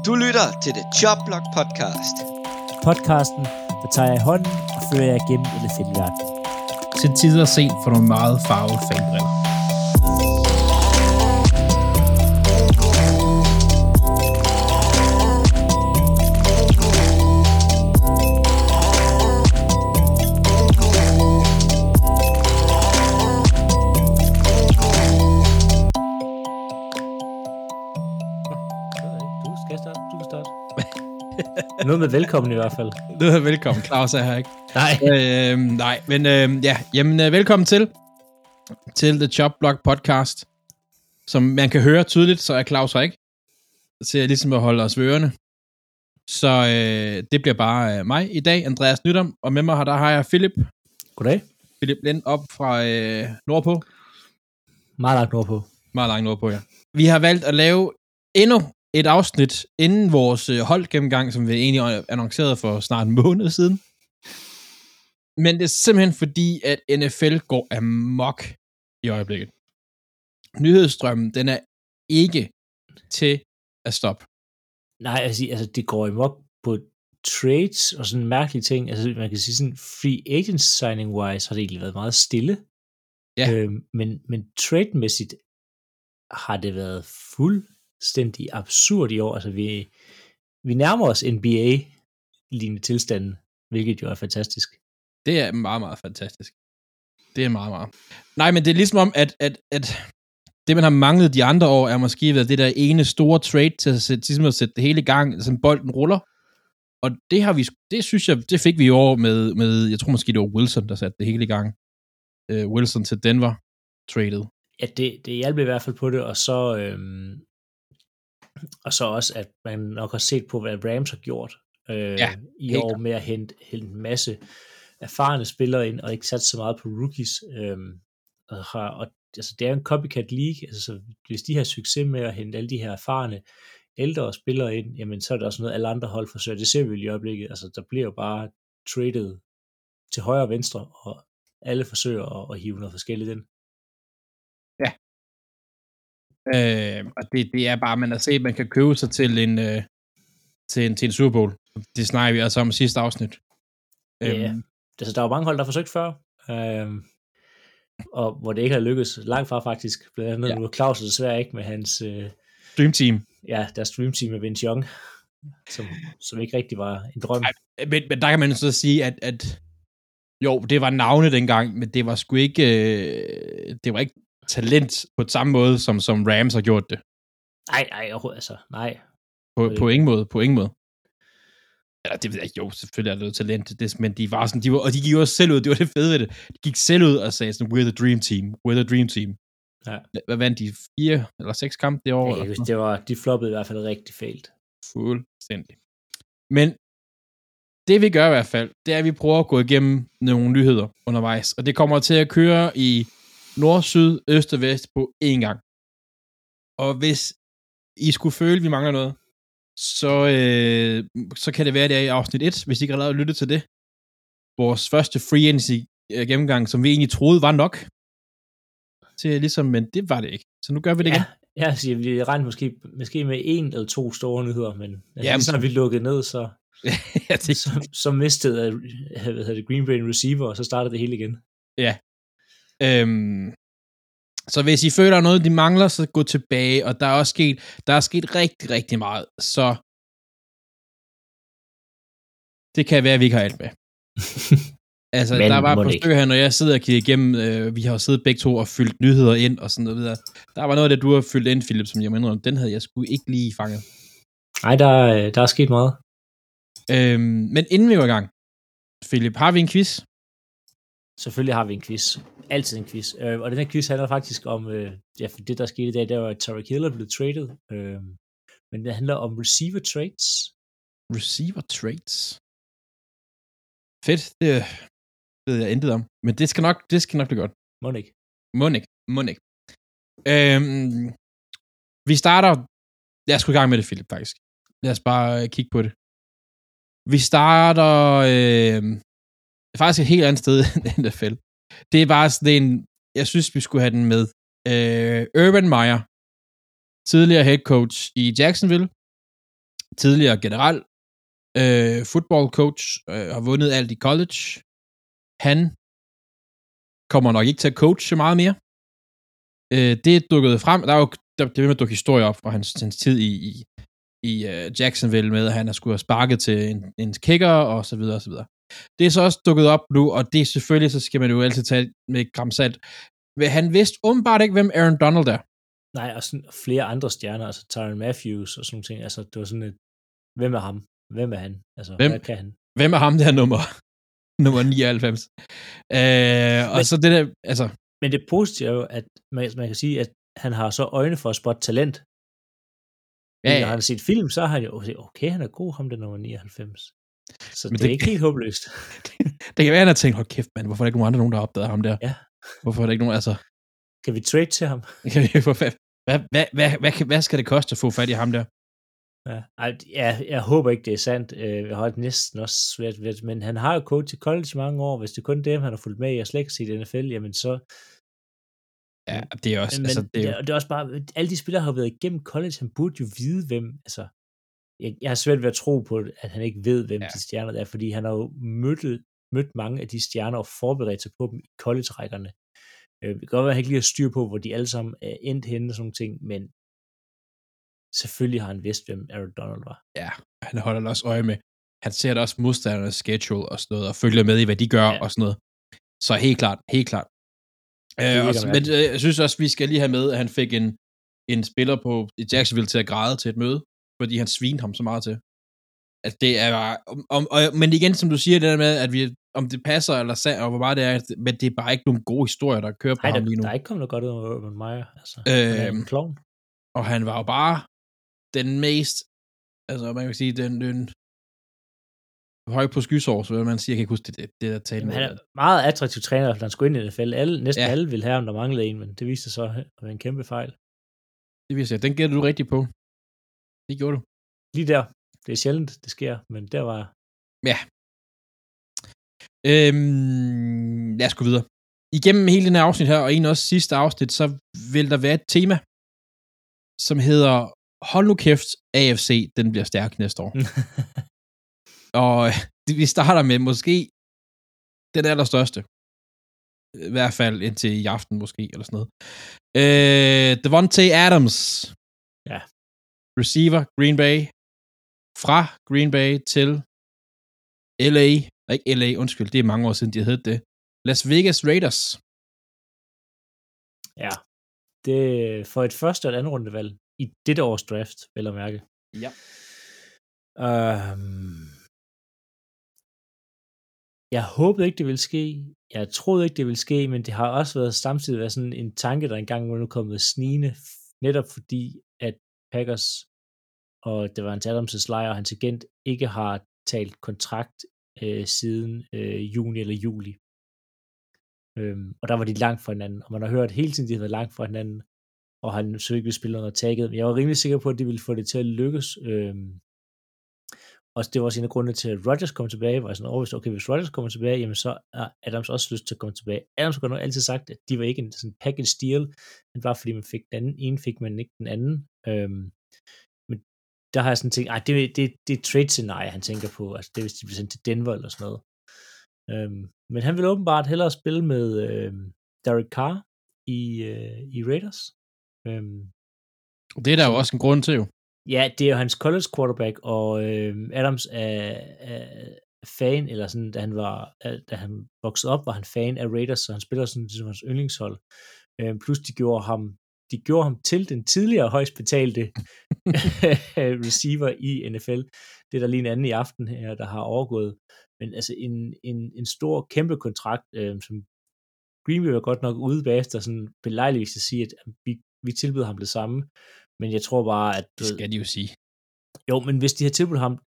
Du lytter til The Chop Block Podcast. Podcasten, der tager jeg i hånden og fører jer gennem NFL-verden. Til tider set for nogle meget farvede fanbriller. Noget med velkommen i hvert fald. Noget med velkommen. Claus er her ikke. Nej. Velkommen til The Chop Block Podcast. Som man kan høre tydeligt, så er Claus her ikke. Så jeg ligesom at holde os ved ørerne. Så det bliver bare mig i dag, Andreas Nydam, og med mig der har jeg Philip. Goddag. Philip Lind op fra nordpå. Meget langt nordpå. Meget langt nordpå, ja. Vi har valgt at lave endnu et afsnit inden vores holdgennemgang, som vi egentlig annoncerede for snart en måned siden. Men det er simpelthen fordi, at NFL går amok i øjeblikket. Nyhedsstrømmen, den er ikke til at stoppe. Nej, altså det går amok på trades og sådan mærkelige ting. Altså man kan sige sådan, free agent signing-wise har det egentlig været meget stille. Ja. Men trade-mæssigt har det været fuldstændig absurd i år. Altså vi nærmer os NBA-lignende tilstanden, hvilket jo er fantastisk. Det er meget, meget fantastisk. Det er meget, meget. Nej, men det er ligesom om, at det, man har manglet de andre år, er måske været det der ene store trade til at sætte det hele i gang, så bolden ruller. Og det synes jeg, det fik vi i år med, jeg tror måske det var Wilson, der satte det hele i gang. Wilson til Denver traded. Ja, det hjalp i hvert fald på det, og så også, at man nok har set på, hvad Rams har gjort i år med at hente en masse erfarne spillere ind, og ikke sat så meget på rookies. Altså, det er en copycat league, altså så hvis de har succes med at hente alle de her erfarne ældre spillere ind, jamen så er det også noget, alle andre hold forsøger. Det ser vi i øjeblikket. Altså, der bliver jo bare traded til højre og venstre, og alle forsøger at hive noget forskelligt ind. Ja. Og det er bare, man har set, man kan købe sig til en Super Bowl. Det snakker vi altså om i sidste afsnit. Ja, altså der er jo mange hold, der har forsøgt før, og hvor det ikke har lykkes langt fra faktisk, blandt andet nu er Claus desværre ikke med hans Dream Team. Ja, deres Dream Team med Vince Young, som ikke rigtig var en drøm. Ej, men der kan man så sige, at jo, det var navne dengang, men det var sgu ikke det var ikke talent på samme måde, som Rams har gjort det. Nej. På ingen måde. Eller det ved jeg ikke, jo, selvfølgelig er det noget talent, men de var sådan, og de gik også selv ud, det var det fede ved det. De gik selv ud og sagde sådan, we're the dream team. Ja. Hvad vandt de? 4 eller 6 kampe det år? Ja, de floppede i hvert fald rigtig fejlt. Fuldstændig. Men det vi gør i hvert fald, det er, at vi prøver at gå igennem nogle nyheder undervejs, og det kommer til at køre i nord, syd, øst og vest på én gang. Og hvis I skulle føle, at vi mangler noget, så kan det være, det er i afsnit 1, hvis I ikke har lavet lytte til det. Vores første free agency gennemgang, som vi egentlig troede var nok. Til ligesom, men det var det ikke. Så nu gør vi det igen. Ja, så vi regner måske med 1 eller 2 store nyheder, men når vi lukkede ned, så mistede Green Bay receiver, og så startede det hele igen. Ja. Så hvis I føler noget, de mangler, så gå tilbage, og der er sket rigtig, rigtig meget, så det kan være, at vi ikke har alt med. Altså, men der var på stykker her, når jeg sidder og kigger igennem, vi har jo siddet begge to og fyldt nyheder ind, og sådan noget videre. Der var noget af det, du har fyldt ind, Philip, som jeg mener, den havde jeg sgu ikke lige fanget. Nej, der er sket meget. Men inden vi går i gang, Philip, har vi en quiz? Selvfølgelig har vi en quiz. Altid en quiz. Og den her quiz handler faktisk om, for det der skete i dag, der var, at Tyreek Hill blev traded. Men det handler om receiver trades. Receiver trades? Fedt, det ved jeg intet om. Men det skal nok blive godt. Monik. Vi starter, lad os gå i gang med det, Philip, faktisk. Lad os bare kigge på det. Vi starter faktisk et helt andet sted end NFL. Det er bare sådan en, jeg synes, vi skulle have den med. Urban Meyer, tidligere head coach i Jacksonville, tidligere general football coach, har vundet alt i college. Han kommer nok ikke til at coache meget mere. Det er dukket frem. Der er jo det vil med at dukke historier op fra hans tid i Jacksonville med, at han har skulle have sparket til en kicker, og så videre, og så videre. Det er så også dukket op nu, og det er selvfølgelig, så skal man jo altid tage med gram salt. Han vidste åbenbart ikke, hvem Aaron Donald er. Nej, og sådan flere andre stjerner, altså Tyrann Matthews og sådan nogle ting. Altså, det var sådan et, hvem er ham? Hvem er han? Altså, hvad kan han? Hvem er ham der nummer 99? Og så det der, altså... Men det positive er jo, at man kan sige, at han har så øjne for at spotte talent. Ja. Når han har set film, så har han jo, okay, han er god, ham der nummer 99. Så men det er ikke helt håbløst. Det kan være, at han har tænkt, hold kæft, mand, hvorfor er der ikke nogen der har opdaget ham der? Ja. Hvorfor er der ikke nogen, altså... Kan vi trade til ham? Hvad skal det koste at få fat i ham der? Ja, jeg håber ikke, det er sandt. Jeg har næsten også svært ved, men han har jo coachet i college i mange år. Hvis det er kun dem, han har fulgt med i og slet ikke set NFL, jamen så... Ja, det er også... Men altså, det er også bare... Alle de spillere har været igennem college, han burde jo vide, hvem... Altså, jeg har svært ved at tro på, at han ikke ved, hvem de stjerner er, fordi han har jo mødt mange af de stjerner og forberedt sig på dem i college-rækkerne. Det kan godt være, at han ikke lige har styr på, hvor de alle sammen er endt henne og sådan nogle ting, men selvfølgelig har han vidst, hvem Aaron Donald var. Ja, han holder da også øje med. Han ser da også modstandernes schedule og sådan noget, og følger med i, hvad de gør og sådan noget. Så helt klart. Men jeg synes også, vi skal lige have med, at han fik en spiller på i Jacksonville til at græde til et møde, fordi han svinede ham så meget til. At det er men igen, som du siger, det der med, at om det passer eller sandt, og hvor meget det er, men det er bare ikke nogen gode historier, der kører på ham lige nu. Der er ikke kommet noget godt ud af Urban Meyer. Altså, klovn. Og han var jo bare den mest, altså man kan sige, den høj på skysår, så vil man sige, jeg kan ikke huske det der tale med. Han er meget attraktiv træner, når han skulle ind i NFL. Næsten alle ville have ham, der manglede en, men det viste sig så at være en kæmpe fejl. Det viser jeg. Den gætter du rigtigt på. Det gjorde du. Lige der. Det er sjældent, det sker, men der var... Ja. Lad os gå videre. Igennem hele den her afsnit her, og også sidste afsnit, så vil der være et tema, som hedder, hold nu kæft, AFC, den bliver stærk næste år. Og vi starter med måske den allerstørste. I hvert fald indtil i aften måske, eller sådan noget. Davante Adams. Ja. Receiver, Green Bay. Fra Green Bay til LA. Ikke LA, undskyld, det er mange år siden, de havde det. Las Vegas Raiders. Ja. Det for et første og et andet rundevalg i dette års draft, vel at mærke. Ja. Jeg håbede ikke, det ville ske. Jeg troede ikke, det ville ske, men det har også samtidig været sådan en tanke, der engang var nu kommet snigende, netop fordi, at Packers og det var en Adams' lejer, og hans agent ikke har talt kontrakt siden juni eller juli. Og der var de langt fra hinanden, og man har hørt hele tiden, de havde været langt fra hinanden, og han så ikke ville spille under tagget. Men jeg var rimelig sikker på, at de ville få det til at lykkes. Og det var også en af grundene til, at Rodgers kom tilbage, var jeg sådan overvist, okay, hvis Rodgers kommer tilbage, jamen så er Adams også lyst til at komme tilbage. Adams har nok altid sagt, at de var ikke en sådan package deal, men bare fordi man fik den anden, ene fik man ikke den anden. Men der har jeg sådan tænkt, det er trade-scenarie, han tænker på, altså det er, hvis de bliver sendt til Denver eller sådan noget. Men han vil åbenbart hellere spille med Derek Carr i Raiders. Det er der jo også en grund til, jo. Ja, det er jo hans college quarterback, og Adams er fan, eller sådan, da han voksede op, var han fan af Raiders, så han spiller sådan som hans yndlingshold. Plus de gjorde ham til den tidligere højst betalte receiver i NFL. Det er der lige en anden i aften her, der har overgået. Men altså en stor, kæmpe kontrakt, som Green Bay var godt nok ude bagefter, sådan belejligvis at sige, at vi tilbyder ham det samme. Men jeg tror bare, at... Det skal de jo sige. Jo, men hvis de har tilbudt ham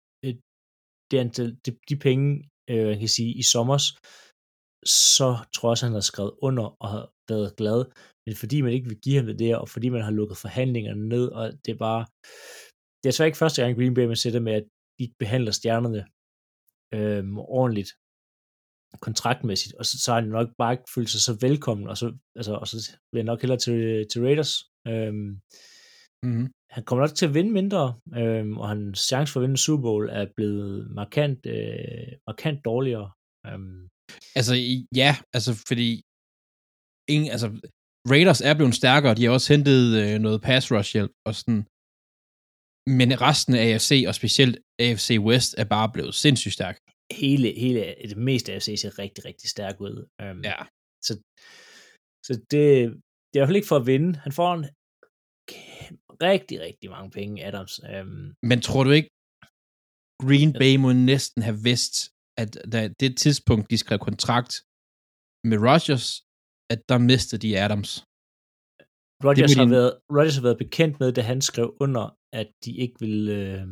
de penge, jeg kan sige, i sommers, så tror jeg også, han har skrevet under og har været glad. Men fordi man ikke vil give ham det der, og fordi man har lukket forhandlingerne ned, og det er bare... Det er så ikke første gang Green Bay, man sætter med, at de ikke behandler stjernerne ordentligt kontraktmæssigt, og så har han nok bare ikke følt sig så velkommen, og så vil jeg nok hellere til Raiders. Mm-hmm. Han kommer nok til at vinde mindre, og hans chance for at vinde Super Bowl er blevet markant dårligere. Fordi Raiders er blevet stærkere, de har også hentet noget pass rush hjælp og sådan, men resten af AFC, og specielt AFC West, er bare blevet sindssygt stærk. Hele det meste af AFC ser rigtig, rigtig stærk ud. Ja. Så det er i hvert fald ikke for at vinde. Han får en rigtig, rigtig mange penge, Adams. Men tror du ikke, Green Bay må næsten have vidst, at da det tidspunkt, de skrev kontrakt med Rodgers, at der mistede de Adams? Rodgers har været bekendt med, da han skrev under, at de ikke ville,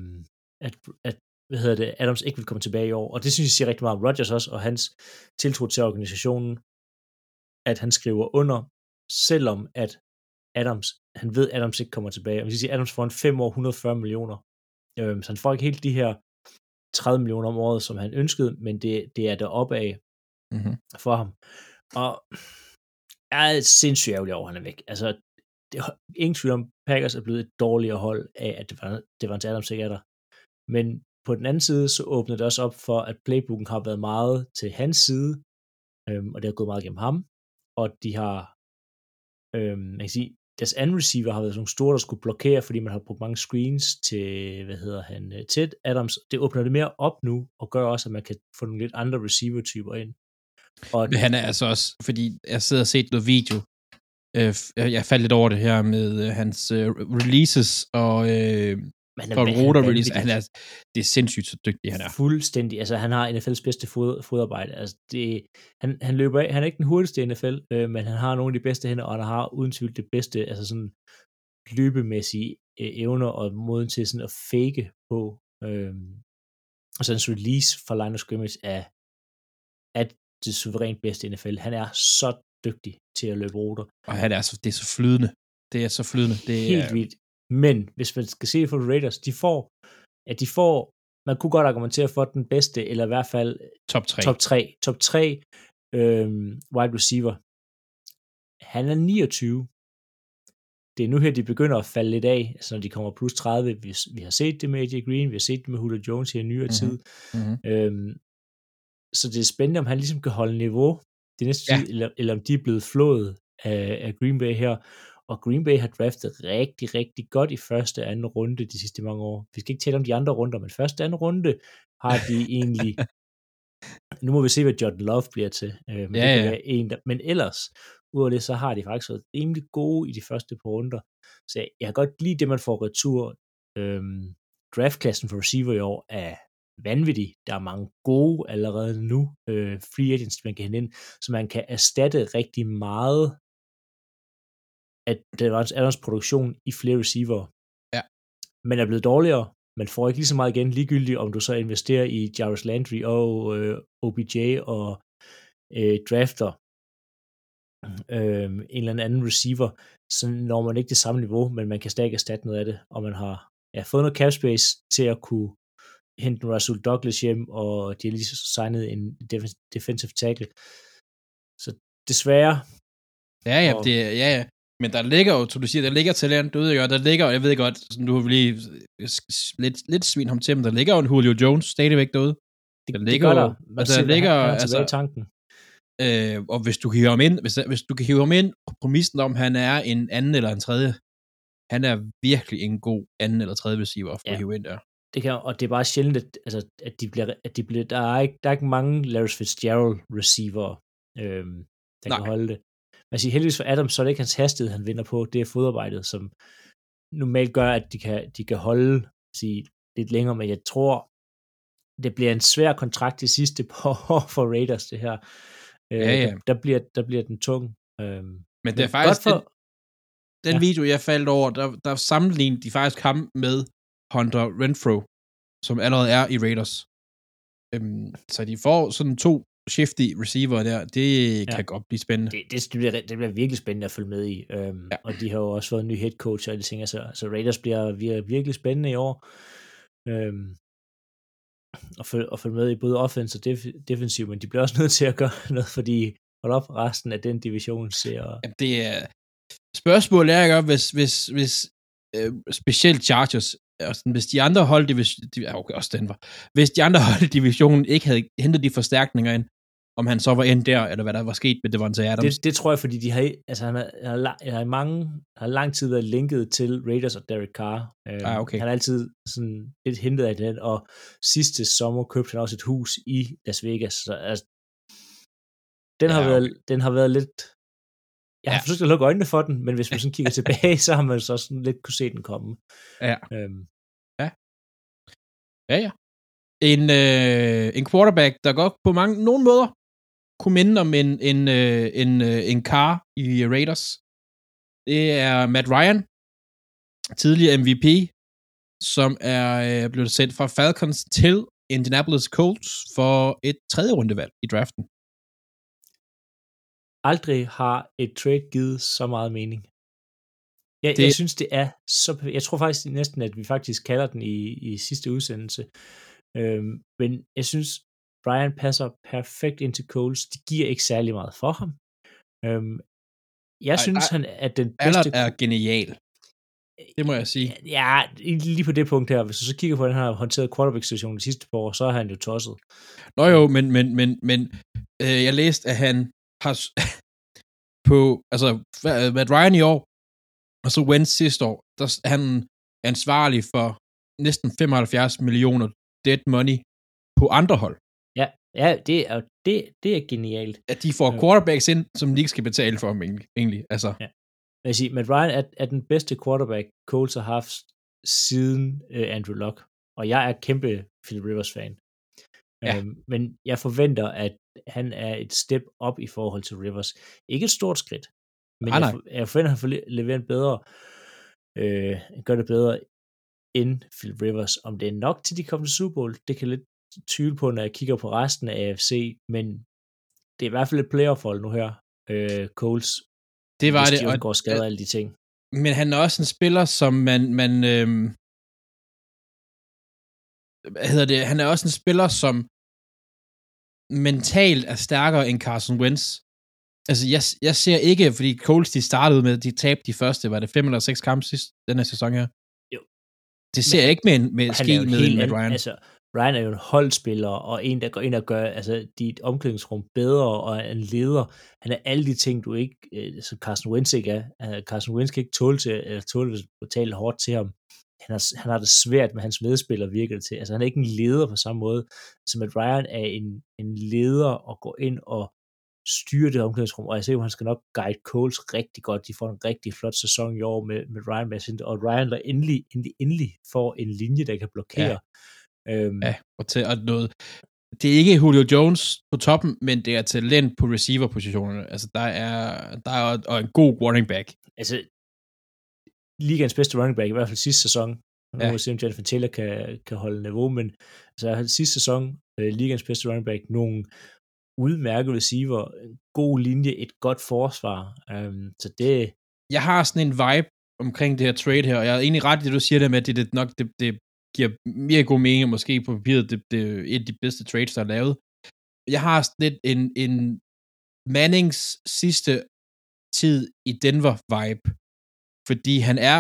Adams ikke vil komme tilbage i år. Og det synes jeg siger rigtig meget om Rodgers også, og hans tiltro til organisationen, at han skriver under, selvom at han ved, at Adams ikke kommer tilbage. Og hvis jeg siger, Adams får en 5 år, 140 millioner. Så han får ikke helt de her 30 millioner om året, som han ønskede, men det er deroppe af for ham. Og jeg er sindssygt ærgerlig over, at han er væk. Altså, det er ingen tvivl om, Packers er blevet et dårligere hold af, at det var en Adams ikke er der. Men på den anden side, så åbner det også op for, at playbooken har været meget til hans side, og det har gået meget gennem ham, og de har, man kan sige, deres anden receiver har været sådan nogle store, der skulle blokere, fordi man har brugt mange screens til, Ted Adams. Det åbner det mere op nu, og gør også, at man kan få nogle lidt andre receiver-typer ind. Og men han er altså også, fordi jeg sidder og set noget video, jeg faldt lidt over det her med hans releases, og for rotor release, det er sindssygt så dygtig, han er. Fuldstændig, altså han har NFL's bedste fodarbejde, altså han løber af, han er ikke den hurtigste i NFL, men han har nogle af de bedste hænder, og han har uden tvivl det bedste, altså sådan løbemæssige evner, og måden til sådan at fake på, og så hans release fra line of scrimmage er det suverænt bedste i NFL. Han er så dygtig til at løbe ruter. Og det er så flydende. Det er så flydende. Det er helt vildt. Men hvis man skal se det for Raiders, de får, man kunne godt argumentere for den bedste, eller i hvert fald top 3 wide receiver. Han er 29. Det er nu her, de begynder at falde lidt af, altså når de kommer plus 30. Vi har set det med AJ Green, vi har set det med Julio Jones her i nyere tid. Så det er spændende, om han ligesom kan holde niveau det næste tid, eller om de er blevet flået af Green Bay her. Og Green Bay har draftet rigtig, rigtig godt i første og anden runde de sidste mange år. Vi skal ikke tale om de andre runder, men første og anden runde har de egentlig... Nu må vi se, hvad Jordan Love bliver til. Men det kan være en, men ellers, ud af det, så har de faktisk været rimelig gode i de første par runder. Så jeg kan godt lide det, man får retur. Draftklassen for receiver i år er vanvittig. Der er mange gode allerede nu. Free agents, man kan hente ind, så man kan erstatte rigtig meget at det var Adams produktion i flere receiver. Ja. Men er blevet dårligere. Man får ikke lige så meget igen, ligegyldigt om du så investerer i Jarvis Landry og OBJ og drafter en eller anden receiver, så når man ikke det samme niveau, men man kan stadig erstatte noget af det, og man har fået noget cap space til at kunne hente Russell Douglas hjem, og de har lige signet en defensive tackle. Så desværre. Ja. Men der ligger jo, som du siger, der ligger talent, der ligger, jeg ved godt, nu har vi lige lidt svin ham til, men der ligger jo en Julio Jones stadigvæk derude. Det gør der. Der ligger, altså, tanken. Og hvis du kan hive ham ind, hvis du kan hive ham ind på præmissen om, han er en anden eller en tredje, han er virkelig en god anden eller tredje receiver for at hive ind der. Det kan, og det er bare sjældent, at de bliver, der er ikke mange Larry Fitzgerald receiver, der kan holde det. Man siger heldigvis for Adams, så er det ikke hans hastighed, han vinder på, det er fodarbejdet, som normalt gør, at de kan holde lidt længere, men jeg tror, det bliver en svær kontrakt de sidste par år for Raiders, det her. Der bliver den tung. Men det er faktisk den video, jeg faldt over, der sammenlignede de faktisk ham med Hunter Renfrow, som allerede er i Raiders. Så de får sådan 2 shifty receiver der, det kan godt blive spændende. Det bliver virkelig spændende at følge med i. Og de har jo også fået en ny head coach og de ting, så Raiders bliver virkelig spændende i år. Og følge med i både offense og defensiv, men de bliver også nødt til at gøre noget, fordi hold op, resten af den division ser... Det er... Spørgsmålet er ikke, hvis specielt Chargers, hvis de andre hold okay, også Denver, hvis de andre hold i divisionen ikke havde hentet de forstærkninger ind, om han så var endt der, eller hvad der var sket med Devontae Adams. Det tror jeg, fordi de har, altså han har lang tid været linket til Raiders og Derek Carr. Okay. Han har altid sådan lidt hentet af det, og sidste sommer købte han også et hus i Las Vegas. Så, altså, den har været lidt. Jeg har forsøgt at lukke øjnene for den, men hvis man sådan kigger tilbage, så har man så sådan lidt kunne se den komme. Ja. Ja. En quarterback, der godt på nogle måder kunne minde om en Carr i Raiders. Det er Matt Ryan, tidligere MVP, som er blevet sendt fra Falcons til Indianapolis Colts for et 3. rundevalg i draften. Aldrig har et trade givet så meget mening. Jeg synes, det er så. Jeg tror faktisk næsten, at vi faktisk kalder den i sidste udsendelse. Men jeg synes, Brian passer perfekt ind til Colts. De giver ikke særlig meget for ham. Jeg synes, han er den bedste. Allard er genial. Det må jeg sige. Ja, lige på det punkt her. Hvis du så kigger på den her håndteret quarterback-situation de sidste par år, så er han jo tosset. Nå jo, men jeg læste, at han har på, altså Matt Ryan i år, og så Wentz sidste år, der er han ansvarlig for næsten 75 millioner dead money på andre hold. Ja, det er genialt. At de får quarterbacks ind, som de ikke skal betale for dem egentlig. Altså. Ja. Jeg siger, Matt Ryan er den bedste quarterback, Colts har haft siden Andrew Luck. Og jeg er kæmpe Philip Rivers-fan. Ja. Men jeg forventer, at han er et step op i forhold til Rivers. Ikke et stort skridt, men jeg forventer, at han får leveret en bedre, gør det bedre end Philip Rivers. Om det er nok til de kommer til Super Bowl, det kan lidt tvivle på, når jeg kigger på resten af AFC, men det er i hvert fald et playoff-hold nu her, Colts. Det var hvis det. de går skadet alle de ting. Men han er også en spiller, som han er også en spiller, som mentalt er stærkere end Carson Wentz. Altså, jeg ser ikke, fordi Colts, de startede med, de tabte de første, var det 5 eller 6 kampe sidst, den her sæson her? Jo. Det ser jeg ikke med ski med Ryan. Altså, Ryan er jo en holdspiller, og en, der går ind og gør dit omklædningsrum bedre, og en leder. Han er alle de ting, du ikke, som Carson Wentz ikke er. Carson Wentz kan ikke tåle hvis du taler hårdt til ham. Han har det svært med hans medspillere, virker det til. Altså, han er ikke en leder på samme måde, som at Ryan er en leder, og går ind og styrer det omklædningsrum, og jeg ser jo, han skal nok guide Colts rigtig godt. De får en rigtig flot sæson i år med Ryan Madsen, og Ryan, der endelig får en linje, der kan blokere. Og noget. Det er ikke Julio Jones på toppen, men det er talent på receiver-positionerne. Altså, der er en god running back. Altså, ligaens bedste running back, i hvert fald sidste sæson. Nu må vi se, om Jonathan Taylor kan holde niveau, men altså, sidste sæson, ligaens bedste running back, nogle udmærket receiver, en god linje, et godt forsvar. Så det. Jeg har sådan en vibe omkring det her trade her, og jeg er egentlig ret i det, du siger der med, at det giver mere god mening, måske på papiret, det er et af de bedste trades, der er lavet. Jeg har sådan lidt en Mannings sidste tid i Denver vibe, fordi han er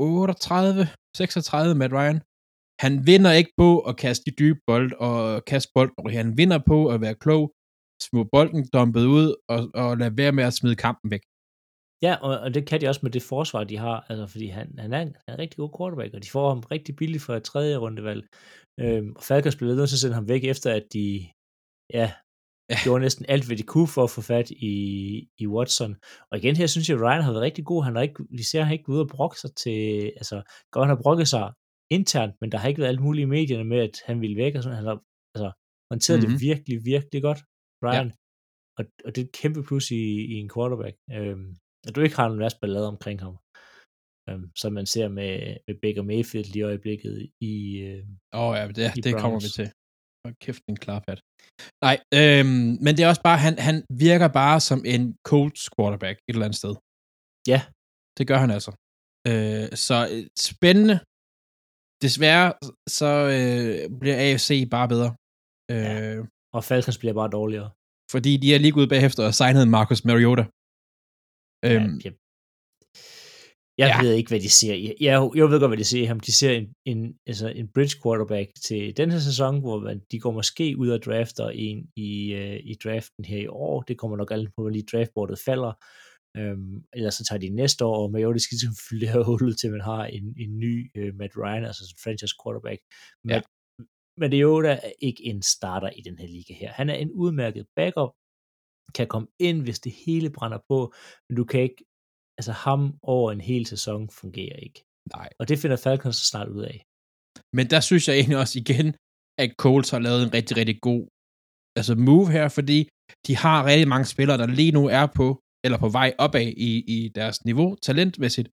36, Matt Ryan. Han vinder ikke på at kaste de dybe bold og kaste bolden, og han vinder på at være klog, små bolden dumpet ud og lade være med at smide kampen væk. Ja, og det kan de også med det forsvar, de har, altså fordi han er en rigtig god quarterback, og de får ham rigtig billigt for et 3. rundevalg. Og Falcons blev nødt til at sende ham væk, efter at de gjorde næsten alt, hvad de kunne for at få fat i Watson. Og igen her synes jeg, at Ryan har været rigtig god. Vi ser, at han ikke går ud og brokke sig til, altså godt han har brokket sig internt, men der har ikke været alt muligt i medierne med, at han ville væk, og sådan. Han har håndteret det virkelig, virkelig godt, Ryan. Ja. Og det er et kæmpe plus i en quarterback. At du ikke har en værst ballade omkring ham. Som man ser med Baker Mayfield lige i øjeblikket i det kommer vi til. Kæft, en klarpat. Nej, men det er også bare, han virker bare som en Colts quarterback et eller andet sted. Ja. Det gør han altså. Så spændende. Desværre, så bliver AFC bare bedre. Og Falcons bliver bare dårligere. Fordi de er lige gået bagefter og signet Marcus Mariota. Jeg ved ikke, hvad de ser. Jeg ved godt, hvad de ser i ham. De ser en bridge quarterback til den her sæson, hvor de går måske ud og drafter en i draften her i år. Det kommer nok alt på, hvor lige draftboardet falder. Ellers så tager de næste år, og de skal ligesom fylde det her hullet til, man har en ny Matt Ryan, altså en franchise quarterback. Men det er jo da ikke en starter i den her liga her. Han er en udmærket backup, kan komme ind, hvis det hele brænder på, men du kan ikke, altså ham over en hel sæson fungerer ikke. Nej. Og det finder Falcons så snart ud af. Men der synes jeg egentlig også igen, at Colts har lavet en rigtig, rigtig god move her, fordi de har rigtig mange spillere, der lige nu er på vej opad i deres niveau, talentmæssigt.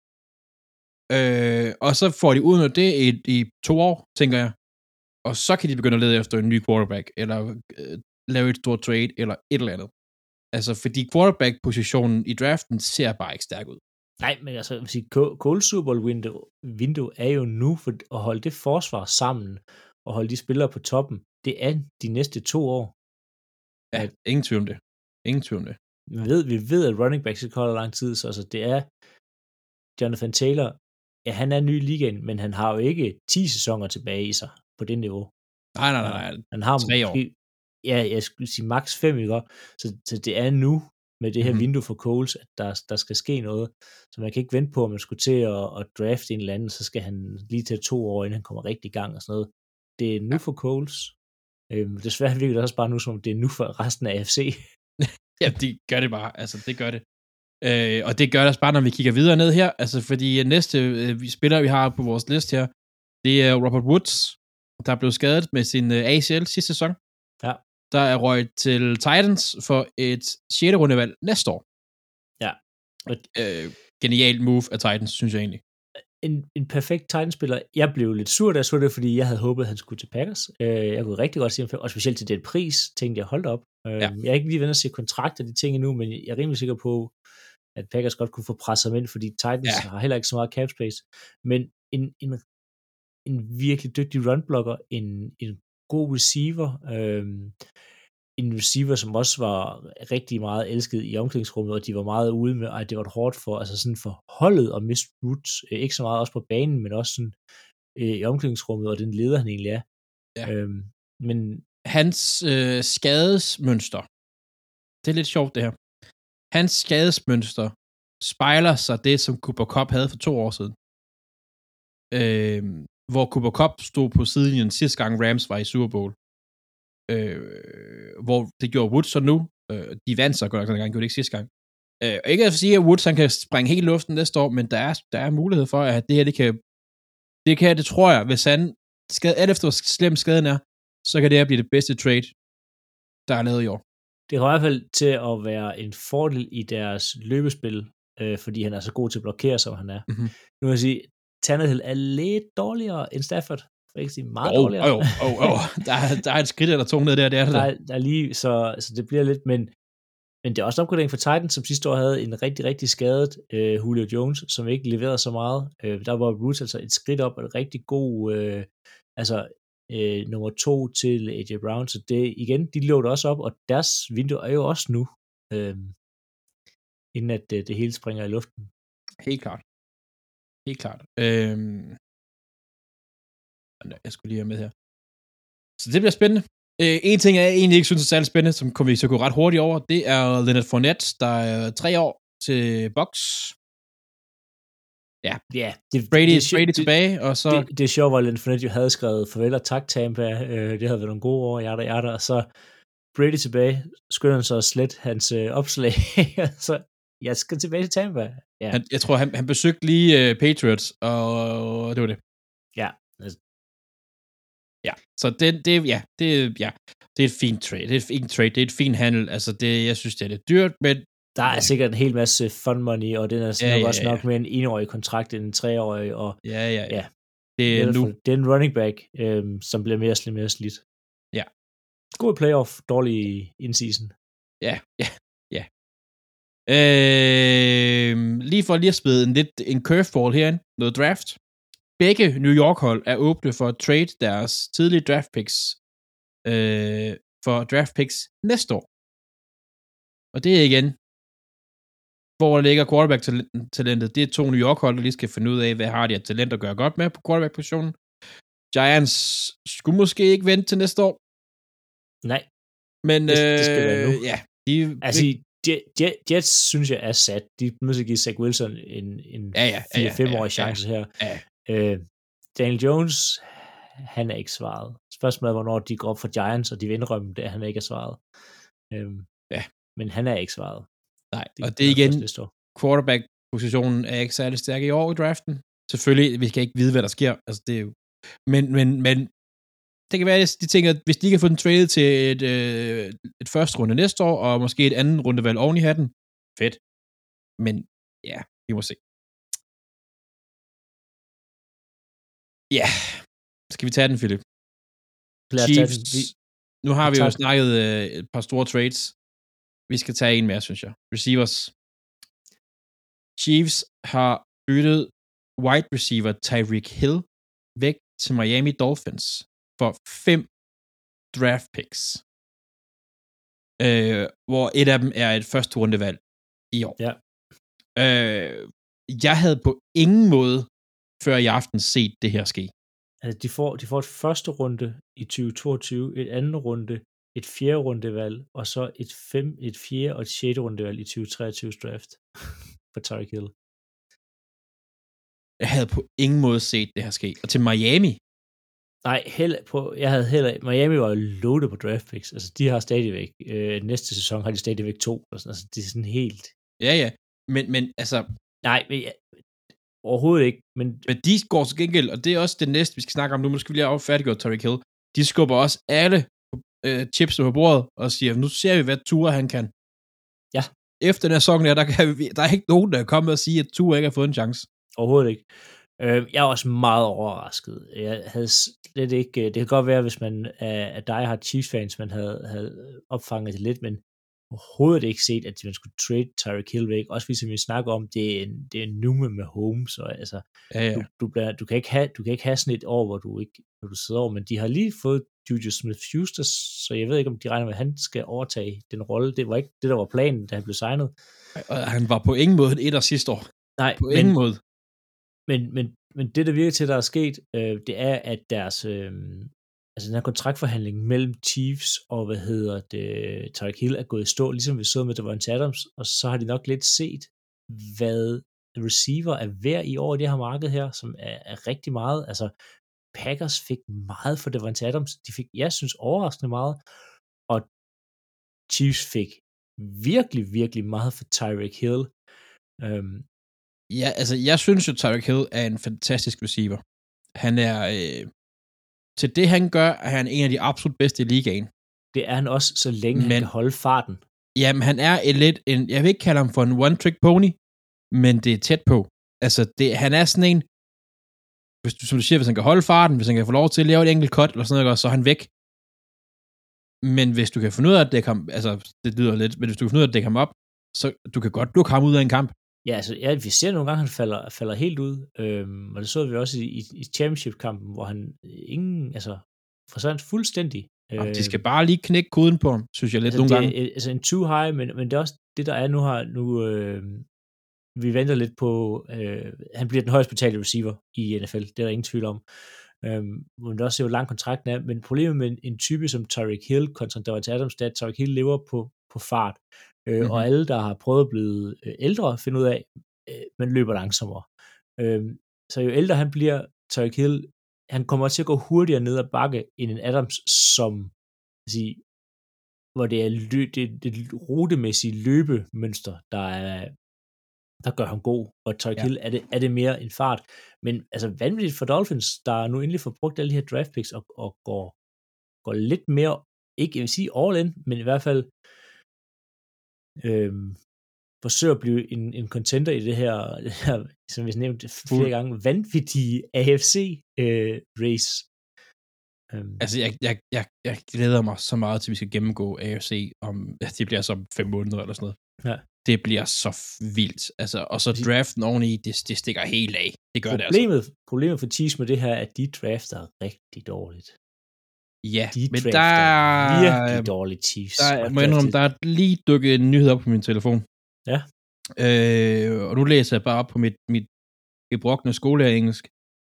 Og så får de udnyttet det i 2 år, tænker jeg. Og så kan de begynde at lede efter en ny quarterback, eller lave et stort trade, eller et eller andet. Altså, fordi quarterback-positionen i draften ser bare ikke stærk ud. Nej, men altså, Cold Super Bowl vindue er jo nu for at holde det forsvar sammen, og holde de spillere på toppen. Det er de næste 2 år. Ja, ingen tvivl om det. Ingen tvivl om det. Vi ved, at running backs ikke holder lang tid, så altså, det er Jonathan Taylor. Ja, han er ny i ligaen, men han har jo ikke 10 sæsoner tilbage i sig på det niveau. Nej. Han har 3 år. Ja, jeg skulle sige max 5, ikke? Så det er nu, med det her vindue for Coles, at der skal ske noget. Så man kan ikke vente på, at man skulle til at drafte en eller anden, så skal han lige til 2 år, inden han kommer rigtig i gang og sådan noget. Det er nu for Coles. Desværre virker det også bare nu, som det er nu for resten af AFC. Ja, det gør det bare. Altså, det gør det. Og det gør det også bare, når vi kigger videre ned her. Altså, fordi næste spiller, vi har på vores liste her, det er Robert Woods, der blev skadet med sin ACL sidste sæson. Ja. Der er røget til Titans for et 6. rundevalg næste år. Ja. Genialt move af Titans, synes jeg egentlig. En perfekt Titans-spiller. Jeg blev lidt sur, da jeg så det, fordi jeg havde håbet, at han skulle til Packers. Jeg kunne rigtig godt se ham, og specielt til den pris, tænkte jeg, hold op. Jeg er ikke lige ved at se kontrakter de ting endnu, men jeg er rimelig sikker på, at Packers godt kunne få presset ham ind, fordi Titans har heller ikke så meget cap space. Men en virkelig dygtig runblocker, en god receiver, en receiver, som også var rigtig meget elsket i omklædningsrummet, og de var meget ude med, at det var hårdt for holdet at miste Woods, ikke så meget også på banen, men også sådan, i omklædningsrummet, og den leder han egentlig er. Ja. Men hans skadesmønster, det er lidt sjovt det her. Hans skadesmønster spejler sig det, som Cooper Kupp havde for 2 år siden. Hvor Cooper Kupp stod på sidelinjen sidste gang Rams var i Super Bowl. Hvor det gjorde Woods så nu. De vandt så godt den gang, gjorde det ikke sidste gang. Ikke at sige, at Woods han kan springe helt i luften næste år, men der er mulighed for, at det her, det tror jeg, hvis han alt efter hvor slem skaden er, så kan det her blive det bedste trade, der er lavet i år. Det kommer i hvert fald til at være en fordel i deres løbespil, fordi han er så god til at blokere, som han er. Mm-hmm. Nu vil jeg sige, Tannehill er lidt dårligere end Stafford. For ikke sige meget dårligere. Der er et skridt eller 2 ned der, det er det der er lige, så det bliver lidt, men det er også en opgradering for Titans, som sidste år havde en rigtig, rigtig skadet Julio Jones, som ikke leverede så meget. Der var Woods altså et skridt op, og et rigtig god, nummer 2 til AJ Brown, så det igen, de lå det også op, og deres vindue er jo også nu, inden at det hele springer i luften. Helt klart. Jeg skulle lige have med her. Så det bliver spændende. En ting, jeg egentlig ikke synes er særlig spændende, som kommer vi så gå ret hurtigt over, det er Leonard Fournette, der er 3 år til Bucks. Ja, Brady tilbage, og så... Det er sjovt, hvor Leonard Fournette jo havde skrevet farvel og tak Tampa, det havde været nogle gode år, hjerter, og så Brady tilbage, skynder han så at slette hans opslag, så jeg skal tilbage til Tampa. Ja. Jeg tror, han besøgte lige Patriots, og det var det. Ja. Ja, så det er et fint trade. Det er et fint trade, det er et fint handel. Altså, jeg synes, det er lidt dyrt, men... Der er sikkert en hel masse fun money, og den er nok mere en 1-årig kontrakt end en 3-årig, og... Ja. Det er en running back, som bliver mere slidt. Ja. God playoff, dårlig in-season. Ja. Lige for lige at smide en curveball herinde, noget draft. Begge New York-hold er åbne for at trade deres tidlige draft picks for draft picks næste år. Og det er igen hvor ligger quarterback-talentet. Det er 2 New York-hold, der lige skal finde ud af, hvad har de af talent at gøre godt med på quarterback-positionen. Giants skulle måske ikke vente til næste år. Nej. Men det skal være nu. Ja. Jets synes jeg er sat. De må så give Zach Wilson en 4-5-årig chance her. Ja. Daniel Jones, han er ikke svaret. Spørgsmålet er, hvornår de går op for Giants, og de vil indrømme det, at han ikke er svaret. Men han er ikke svaret. Nej, og det er igen, quarterback-positionen er ikke særlig stærk i år i draften. Selvfølgelig, vi kan ikke vide, hvad der sker. Altså, det er jo... Men det kan være, at de tænker, at hvis de kan få den traded til et første runde næste år, og måske et andet rundevalg oven i hatten, fedt. Men ja, vi må se. Ja, skal vi tage den, Philip? Chiefs, nu har vi jo snakket et par store trades. Vi skal tage en mere, synes jeg. Receivers. Chiefs har byttet wide receiver Tyreek Hill væk til Miami Dolphins for 5 draft picks. Hvor et af dem er et første rundevalg i år. Ja. Jeg havde på ingen måde før i aften set det her ske. Altså, de får et første runde i 2022, et andet runde, et fjerde rundevalg, og så et fjerde og et sjette rundevalg i 2023 draft for Tyreek Hill. Jeg havde på ingen måde set det her ske. Og til Miami? Nej, Miami var loaded på draft picks. Altså, de har stadigvæk, næste sæson har de stadigvæk 2. Altså, det er sådan helt... Ja. Men altså... Nej, overhovedet ikke. Men de går til gengæld, og det er også det næste, vi skal snakke om nu. Nu skal vi lige færdiggøre Tyreek Hill. De skubber også alle chipsene på bordet og siger, nu ser vi, hvad Tua han kan. Ja. Efter den her sæson der er ikke nogen, der er kommet og sige, at Tua ikke har fået en chance. Overhovedet ikke. Jeg er også meget overrasket. Jeg havde slet ikke... Det kan godt være, hvis man af dig har Chiefs-fans, man havde opfanget det lidt, men overhovedet ikke set, at man skulle trade Tyreek Hill væk. Også fordi, som vi snakker om, det er en numme med Holmes, og altså, ja. Du kan ikke have sådan et år, hvor du sidder over, men de har lige fået Juju Smith-Schuster, så jeg ved ikke, om de regner med, at han skal overtage den rolle. Det var ikke det, der var planen, da han blev signet. Og han var på ingen måde et af sidste år. Nej, på ingen måde. Men det, der virker til, der er sket, det er, at deres... altså den her kontraktforhandling mellem Chiefs og, Tyreek Hill er gået i stå, ligesom vi så med Davante Adams, og så har de nok lidt set, hvad receiver er værd i år i det her marked her, som er rigtig meget. Altså, Packers fik meget for Davante Adams. De fik, jeg synes, overraskende meget, og Chiefs fik virkelig, virkelig meget for Tyreek Hill. Ja, altså, jeg synes jo, Tyreek Hill er en fantastisk receiver. Han er... til det, han gør, er han en af de absolut bedste i ligaen. Det er han også, så længe han kan holde farten. Jamen, han er jeg vil ikke kalde ham for en one-trick pony, men det er tæt på. Altså, han er sådan en, som du siger, hvis han kan holde farten, hvis han kan få lov til at lave et enkelt cut, eller sådan noget, så er han væk. Men hvis du kan finde ud af, at det kan, altså, det lyder lidt, men hvis du kan finde ud af, at det kan op, så du kan godt lukke ham ud af en kamp. Ja, altså, vi ser nogle gange, han falder helt ud, og det så vi også i championship-kampen, hvor han forsvandt fuldstændig. De skal bare lige knække koden på ham, synes jeg lidt nogle gange. Altså en too high, men det er også det, der er nu vi venter lidt på, han bliver den højst betalte receiver i NFL, det er der ingen tvivl om. Men det også ser, hvor lang kontrakten er, men problemet med en type som Tyreek Hill kontra Davante Adams, det er, at Tyreek Hill lever på fart, og alle, der har prøvet at blive ældre, finder ud af, man løber langsommere. Så jo ældre han bliver, Tyreek Hill, han kommer til at gå hurtigere ned ad bakke end en Adams, som hvor det er det rutemæssige løbemønster, der gør ham god, og Tyreek Hill er det mere en fart. Men altså vanvittigt for Dolphins, der nu endelig får brugt alle de her draft picks og går lidt mere, ikke jeg vil sige all in, men i hvert fald forsøger at blive en contender i det her som vi nævnte flere gange, vanvittige AFC race. Altså, jeg glæder mig så meget til, vi skal gennemgå AFC, om det bliver så 5 måneder eller sådan noget. Ja. Det bliver så vildt. Altså, og så draften oveni, det stikker helt af. Det gør det altså. Problemet for Chiefs med det her, er, at de drafter rigtig dårligt. Ja, men der er virkelig dårligt Chiefs. Der er lige dukket en nyhed op på min telefon. Ja. Og nu læser jeg bare op på mit gebrokne skoleengelsk.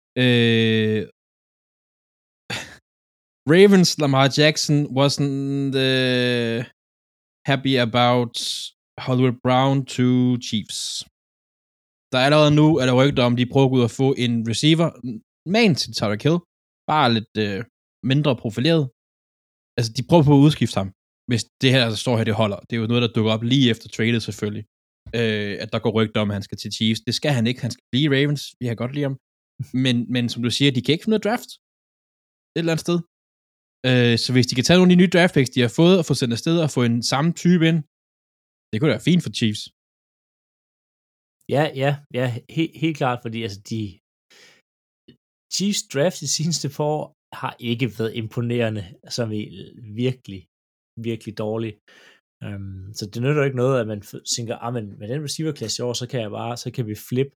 Ravens Lamar Jackson wasn't happy about Hollywood Brown to Chiefs. Der er allerede nu, er der rygter om, de prøver at gå ud og få en receiver, man til Tyreek Hill, bare lidt mindre profileret. Altså, de prøver på at udskifte ham, hvis det her, der står her, det holder. Det er jo noget, der dukker op lige efter tradet, selvfølgelig. At der går rygter om, at han skal til Chiefs. Det skal han ikke. Han skal blive Ravens. Vi har godt lide ham. Men som du siger, de kan ikke finde noget draft. Et eller andet sted. Så hvis de kan tage nogle af de nye draft picks, de har fået, og få sendt afsted og få en samme type ind, det kunne være fint for Chiefs. Ja, helt klart, fordi altså Chiefs draft i seneste forår har ikke været imponerende, som i virkelig, virkelig dårlig. Så det nytter jo ikke noget, at man tænker, men med den receiverklasse i år, så kan vi flippe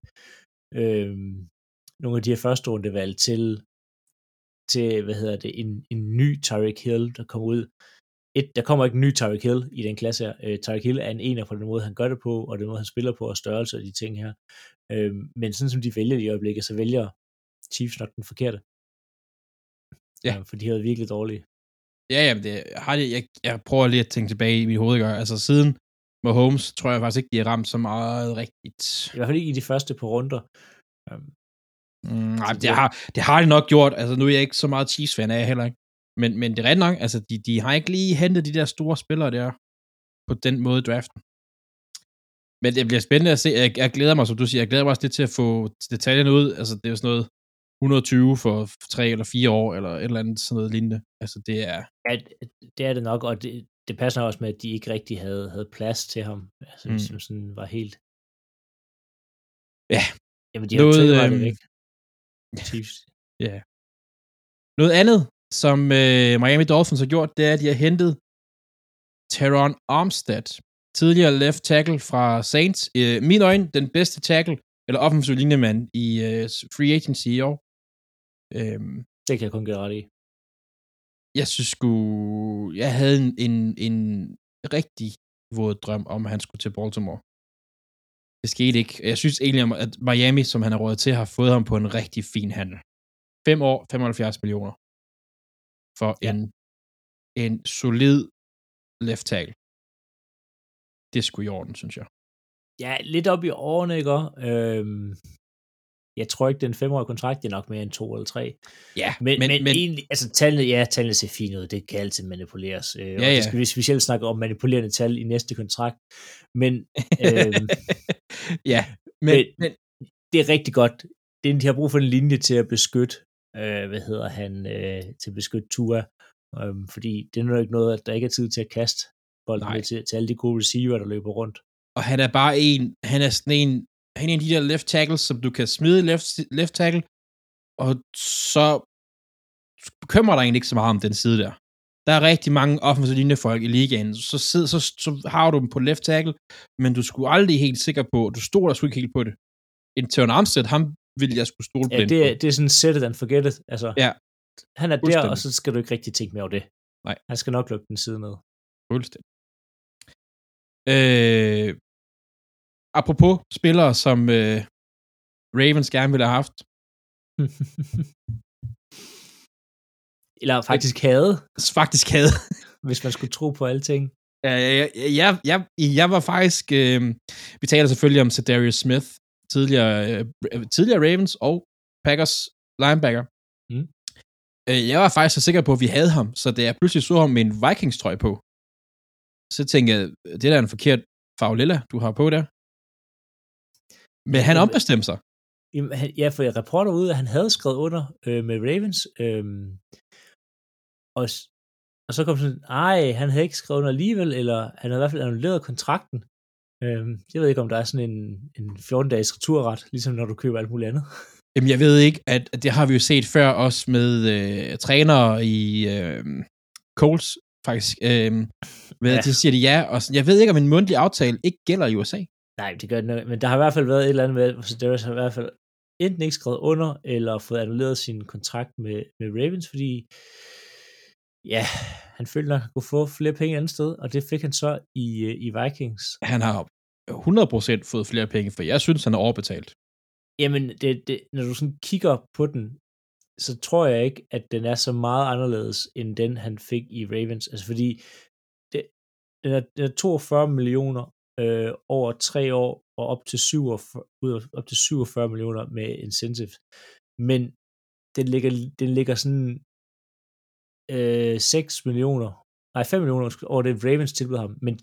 nogle af de her første rundevalg til en ny Tyreek Hill, der kommer ud. Der kommer ikke en ny Tyreek Hill i den klasse her. Tyreek Hill er en ener på den måde, han gør det på, og den måde, han spiller på, og størrelse og de ting her. Men sådan som de vælger i øjeblikket, så vælger Chiefs nok den forkerte. Ja. For de har været virkelig dårlige. Ja, jeg prøver lige at tænke tilbage i mit hoved, altså siden Mahomes, tror jeg faktisk ikke, de har ramt så meget rigtigt. I hvert fald ikke i de første par runder. Nej, det har de nok gjort. Altså, nu er jeg ikke så meget Chiefs-fan af heller ikke. Men det er ret nok, altså, de har ikke lige hentet de der store spillere der, på den måde i draften. Men det bliver spændende at se. Jeg glæder mig, som du siger, jeg glæder mig også lidt til at få detaljerne ud. Altså, det er jo sådan noget 120 for 3 eller 4 år, eller et eller andet sådan noget lignende. Altså, det er... Ja, det er det nok, og det passer også med, at de ikke rigtig havde plads til ham. Altså, som sådan var helt... Ja. Jamen, de har jo tøjet det væk. Chiefs. Ja. Noget andet, som Miami Dolphins har gjort, det er, at de har hentet Teron Armstead, tidligere left tackle fra Saints. Min øjne, den bedste tackle, eller offensiv linjemand i free agency i år. Det kan jeg kun gøre ret i. Jeg synes jeg havde en rigtig våd drøm om, at han skulle til Baltimore. Det skete ikke. Jeg synes egentlig, at Miami, som han har råd til, har fået ham på en rigtig fin handel. 5 år, 75 millioner. For en solid left tackle. Det er sgu i orden, synes jeg. Ja, lidt op i årene, ikke? Jeg tror ikke, den 5-årige kontrakt er nok mere end 2 eller 3. Ja, men egentlig, altså tallene ser fine ud, det kan altid manipuleres. Og det skal vi specielt snakke om manipulerende tal i næste kontrakt. Men, men det er rigtig godt. De har brug for en linje til at beskytte, til at beskytte Tua. Fordi det er nok ikke noget, at der ikke er tid til at kaste bolden til alle de gode receiver, der løber rundt. Og han er bare han er en af de der left tackles, som du kan smide left tackle, og så bekymrer dig egentlig ikke så meget om den side der. Der er rigtig mange offensive linjefolk i ligaen, så har du dem på left tackle, men du skulle aldrig helt sikker på, du stoler sgu ikke helt på det. En Teron Armstead, ham ville jeg skulle stole på. Ja, det er sådan set it and forget it. Altså, ja. Han er der, og så skal du ikke rigtig tænke mere over det. Nej. Han skal nok lukke den side ned. Fuldstændig. Apropos spillere, som Ravens gerne ville have haft. Eller faktisk havde. Hvis man skulle tro på alting. Jeg var faktisk... vi taler selvfølgelig om Za'Darius Smith, tidligere Ravens og Packers linebacker. Jeg var faktisk så sikker på, at vi havde ham, så da jeg pludselig så ham med en Vikings-trøje på, så tænkte jeg, det der er en forkert farve lilla, du har på der. Men han ombestemte sig. Ja, for jeg rapporter ud, at han havde skrevet under med Ravens, og så kom sådan, han havde ikke skrevet under alligevel, eller han havde i hvert fald annulleret kontrakten. Jeg ved ikke, om der er sådan en 14-dages returret, ligesom når du køber alt muligt andet. Jamen, jeg ved ikke, at det har vi jo set før, også med trænere i Colts, faktisk. De siger de ja, og jeg ved ikke, om en mundtlig aftale ikke gælder i USA. Nej, det gør det nok, men der har i hvert fald været et eller andet med, så Darius har i hvert fald enten ikke skrevet under, eller fået annulleret sin kontrakt med Ravens, fordi han følte nok, at han kunne få flere penge andet sted, og det fik han så i Vikings. 100% fået flere penge, for jeg synes, han er overbetalt. Jamen, når du sådan kigger på den, så tror jeg ikke, at den er så meget anderledes, end den, han fik i Ravens. Altså, fordi den er 42 millioner over 3 år, og op til 47 millioner med incentive. Men den ligger sådan 6 millioner, nej 5 millioner over det Ravens tilbud ham. Men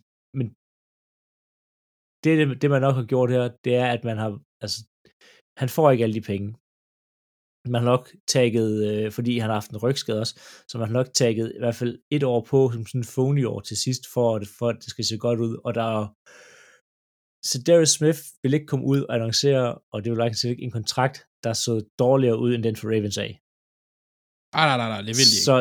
det man nok har gjort her, det er, at man har, altså, han får ikke alle de penge. Man har nok tagget, fordi han har haft en rygskade også, så man har nok tagget i hvert fald 1 år på, som sådan en phony år til sidst, for at det skal se godt ud, og der er så Darius Smith vil ikke komme ud og annoncere, og det vil ikke en kontrakt, der så dårligere ud, end den for Ravens af. Nej, det vil de ikke. Så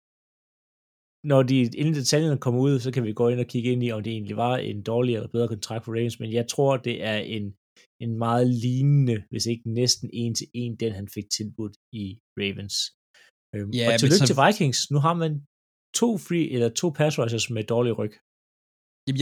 når inden detaljerne kommer ud, så kan vi gå ind og kigge ind i, om det egentlig var en dårligere eller bedre kontrakt for Ravens, men jeg tror, det er en meget lignende, hvis ikke næsten 1-1, den han fik tilbudt i Ravens. Ja, og tillykke til Vikings. Nu har man 2 pass rushers med dårlig ryg. Jamen,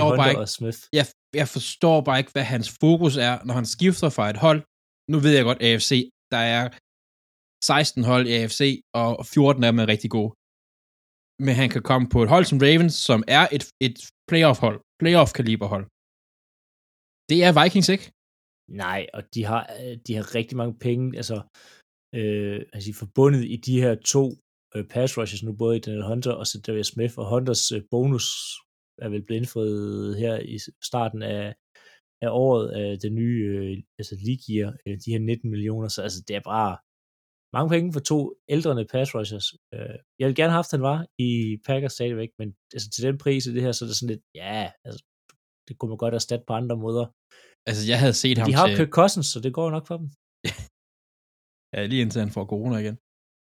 jeg forstår bare ikke, hvad hans fokus er, når han skifter fra et hold. Nu ved jeg godt, AFC, der er 16 hold i AFC, og 14 af dem er rigtig gode. Men han kan komme på et hold som Ravens, som er et playoff-hold, playoff-kaliberhold. Det er Vikings, ikke? Nej, og de har rigtig mange penge, altså forbundet i de her 2 pass rushes, nu både i Daniel Hunter og så Darius Smith, og Hunters bonus er vel blevet indfriet her i starten af året af det nye league year, de her 19 millioner, så altså det er bare mange penge for 2 ældrende pass rushers. Jeg ville gerne have haft, han var i Packers stadigvæk, men altså til den pris i det her, så er det sådan lidt, ja, altså det kunne man godt erstatte på andre måder. Altså jeg havde set ham til... De har Kirk Cousins, så det går nok for dem. Ja, lige indtil han får corona igen.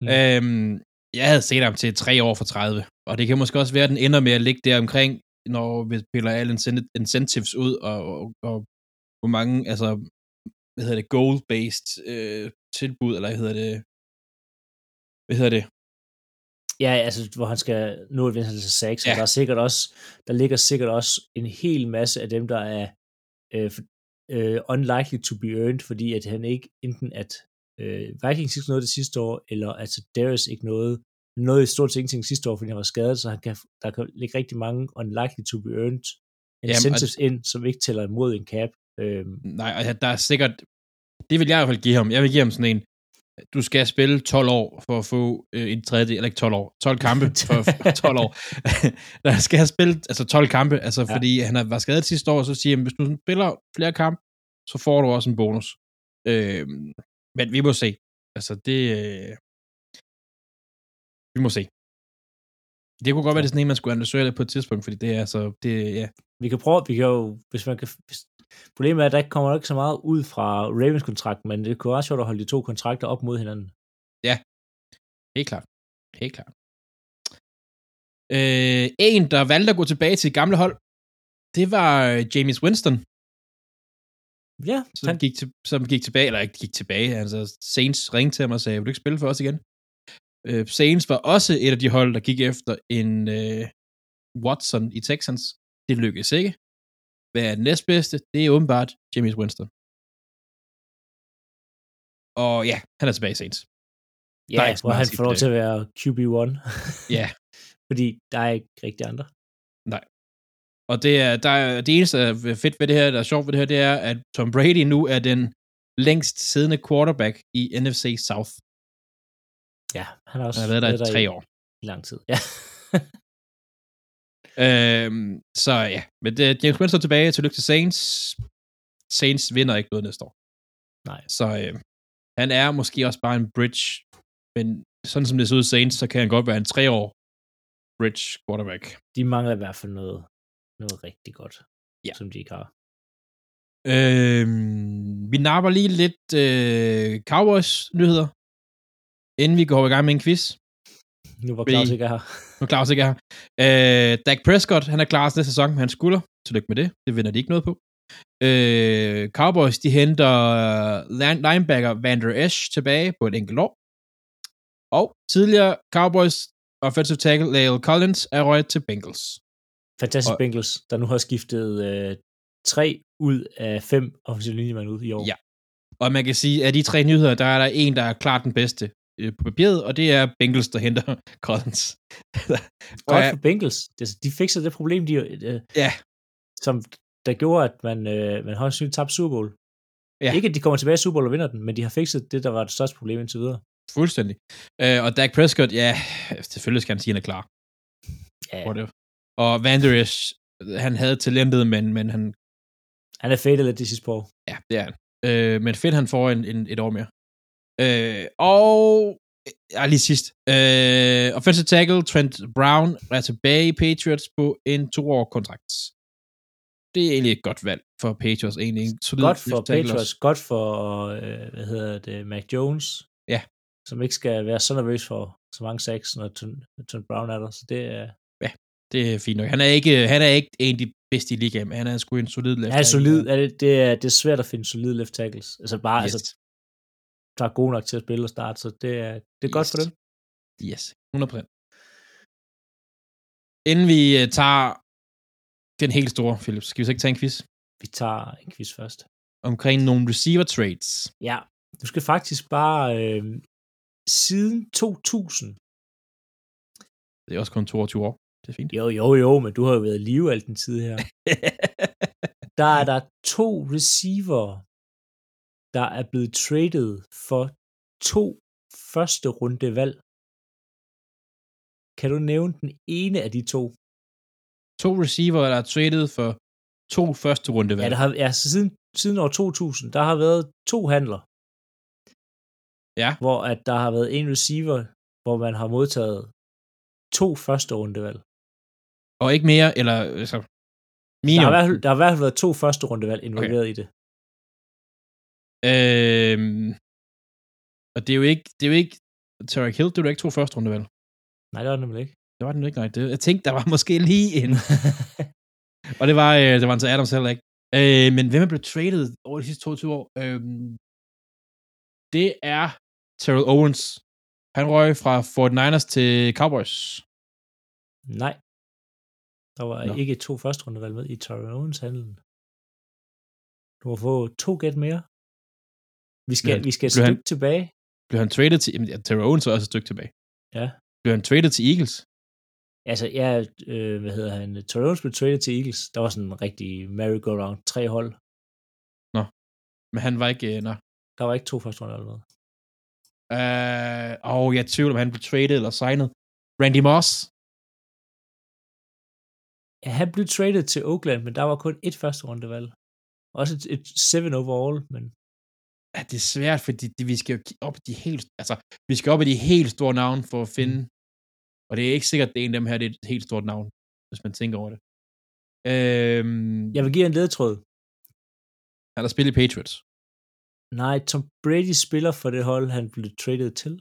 Jeg havde set ham til 3 år for 30, og det kan måske også være, at den ender med at ligge der omkring, når vi piller alle incentives ud, og hvor mange, altså, hvad hedder det, goal-based tilbud, eller hvad hedder det? Ja, altså, hvor han skal nå et venstre til 6, ja. Og der ligger sikkert også en hel masse af dem, der er unlikely to be earned, fordi at han ikke enten at Vikings ikke nåede det sidste år, eller altså Darius ikke nåede i stort set ingenting sidste år, fordi han var skadet, så der kan ligge rigtig mange unlikely to be earned incentives ind, som ikke tæller imod en cap. Nej, og der er sikkert, det vil jeg i hvert fald give ham. Jeg vil give ham sådan en, du skal spille 12 år for at få en tredje, eller ikke 12 år, 12 kampe for 12 år. Der skal have spillet, altså 12 kampe, altså ja. Fordi han var skadet sidste år, så siger han, hvis du spiller flere kampe, så får du også en bonus. Men vi må se. Altså det, vi må se. Det kunne godt være, det er sådan en, man skulle analysere det på et tidspunkt, fordi det er altså, det, ja. Vi kan jo, hvis man kan, problemet er, at der ikke kommer ikke så meget ud fra Ravens-kontrakten, men det kunne være sjovt at holde de 2 kontrakter op mod hinanden. Ja, helt klart. En, der valgte at gå tilbage til et gamle hold, det var Jameis Winston. Ja. Som gik tilbage, eller ikke gik tilbage, altså Saints ringte til ham og sagde, vil du ikke spille for os igen? Saints var også et af de hold, der gik efter en Watson i Texans. Det lykkedes ikke. Hvad er den næstbedste? Det er åbenbart Jameis Winston. Og ja, han er tilbage i Saints. Ja, hvor han får lov til at være QB1. Ja. Fordi der er ikke rigtig andre. Nej. Og det eneste, der er fedt ved det her, der er sjovt ved det her, det er, at Tom Brady nu er den længst siddende quarterback i NFC South. Ja, han har også været der i 3 år. I lang tid, ja. Så ja, men James Winston tilbage, tillykke til Saints. Saints vinder ikke noget næste år. Nej. Så han er måske også bare en bridge, men sådan som det ser ud i Saints, så kan han godt være en 3 år bridge quarterback. De mangler i hvert fald noget rigtig godt, ja. Som de ikke har. Vi napper lige lidt Cowboys nyheder, inden vi går i gang med en quiz. Nu var Claus ikke her. Dak Prescott, han er klar til næste sæson med hans skulder. Tillykke med det. Det vinder de ikke noget på. Cowboys, de henter linebacker Vander Esch tilbage på et enkelt år. Og tidligere Cowboys offensive tackle La'el Collins er røget til Bengals. Fantastisk Bengals, der nu har skiftet 3 ud af 5 offensive linjemænd ud i år. Ja. Og man kan sige, at de 3 nyheder, der er der en, der er klart den bedste på papiret, og det er Bengals, der henter Collins. Godt for Bengals. De fikser det problem, ja. som der gjorde, at man højst sandsynligt tabte Super Bowl. Ja. Ikke, at de kommer tilbage i Super Bowl og vinder den, men de har fikset det, der var det største problem indtil videre. Fuldstændig. Og Dak Prescott, ja, selvfølgelig skal han sige, han er klar. Ja. Og Van Der Esch, han havde talentet, men han er fadet lidt i sidste år. Ja, det er han. Men fedt, han får et år mere. Og lige sidst. Offensive tackle Trent Brown er tilbage i Patriots på en 2-år kontrakt. Det er egentlig et godt valg for Patriots. Egentlig godt for Patriots, godt for Mac Jones. Ja. Som ikke skal være så nervøs for så mange sacks, når Trent Brown er der. Så det er... Ja, det er fint nok. Han er ikke en af de bedste i ligaen, men han er sgu en solid left tackle. Han er solid. Det er svært at finde solide left tackles. Altså bare, der er gode nok til at spille og starte, så det er godt for dem. Yes, 100%. Inden vi tager den helt store, Philip, skal vi så ikke tage en quiz? Vi tager en quiz først. Omkring nogle receiver trades. Ja, du skal faktisk bare siden 2000. Det er også kun 22 år. Det er fint. Jo, men du har jo været i live al den tid her. Der er der 2 receiver, der er blevet traded for 2 første runde valg. Kan du nævne den ene af de 2? 2 receiver, der er traded for 2 første runde valg. Ja, så siden år 2000, der har været 2 handler. Ja. Hvor at der har været en receiver, hvor man har modtaget 2 første runde valg. Og ikke mere, eller altså, minimum. Der har i hvert fald været 2 første runde valg involveret i det. Og det er jo ikke Tyreek Hill, det er jo ikke 2 første runde valg. Nej, det var det nemlig ikke. Det var den ikke, nej. Jeg tænkte, der var måske lige en. Og det var en til Adams heller ikke. Men hvem er blevet traded over de sidste 22 år? Det er Terrell Owens. Han røg fra 49ers til Cowboys. Nej. Der var ikke 2 første rundevalg med i Terrell Owens handlen. Du må få 2 gæt mere. Vi skal et stykke tilbage. Blev han traded til... Terrell Owens var også et stykke tilbage. Ja. Blev han traded til Eagles? Altså, ja, Terrell Owens blev traded til Eagles. Der var sådan en rigtig merry-go-round. 3 hold. Nå. Men han var ikke... Der var ikke 2 første rundevalg med. Jeg tvivler, om han blev traded eller signet. Randy Moss? Ja, han blev traded til Oakland, men der var kun 1 første rundevalg. Også et 7 overall, men... Ja, det er svært, fordi vi skal jo op i de helt... Altså, vi skal op i de helt store navne for at finde... Og det er ikke sikkert, at det er en af dem her, det er et helt stort navn, hvis man tænker over det. Jeg vil give en ledetråd. Er der spillet i Patriots? Nej, Tom Brady spiller for det hold, han blev traded til.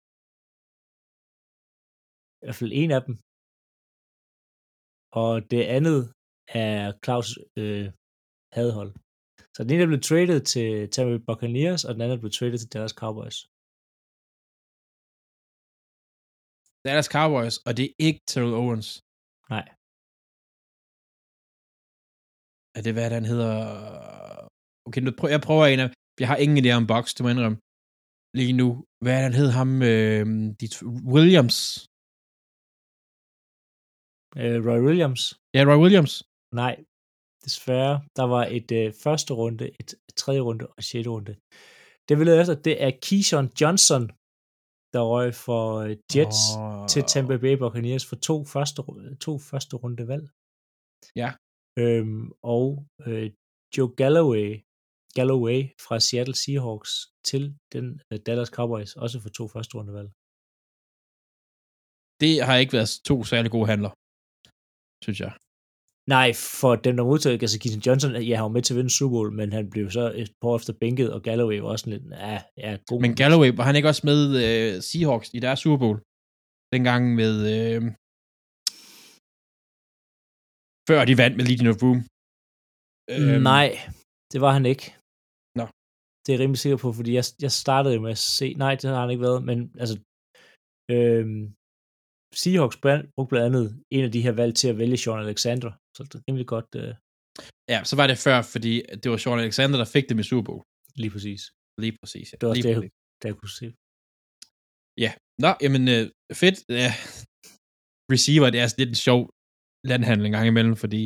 I hvert fald en af dem. Og det andet er Claus hadhold. Så den ene er blevet traded til Tampa Bay Buccaneers, og den anden er blevet traded til Dallas Cowboys. Dallas Cowboys, og det er ikke Terrell Owens. Nej. Er det, hvad han hedder? Okay, jeg prøver en af... Jeg har ingen idé om box, det må jeg indrømme. Lige nu. Hvad han hed ham? Williams. Roy Williams. Ja, Roy Williams. Nej, desværre. Der var et første runde, et tredje runde og et sjette runde. Det vi leder efter, det er Keyshawn Johnson, der røg for Jets til Tampa Bay Buccaneers for 2 første runde valg. Ja. Og Joe Galloway fra Seattle Seahawks til den Dallas Cowboys, også for 2 første runde valg. Det har ikke været 2 særlig gode handler, synes jeg. Nej, for dem, der modtager, altså Keyshawn Johnson, han var med til at vinde Super Bowl, men han blev så et par efter bænket, og Galloway var også lidt, god. Men Galloway, var han ikke også med Seahawks i deres Super Bowl? Dengang med... før de vandt med Legion of Boom. Nej, det var han ikke. Nå. Det er jeg rimelig sikker på, fordi jeg startede jo med at se, nej, det har han ikke været, men altså, Seahawks brugte blandt andet en af de her valg til at vælge Sean Alexander, så det er rimelig godt. Ja, så var det før, fordi det var Sean Alexander, der fik dem i Super Bowl. Lige præcis. Lige præcis, ja. Det var også Lige det, præcis. der jeg kunne se. Ja, nå, jamen fedt. Ja. Receiver, det er lidt en sjov landhandling gang imellem, fordi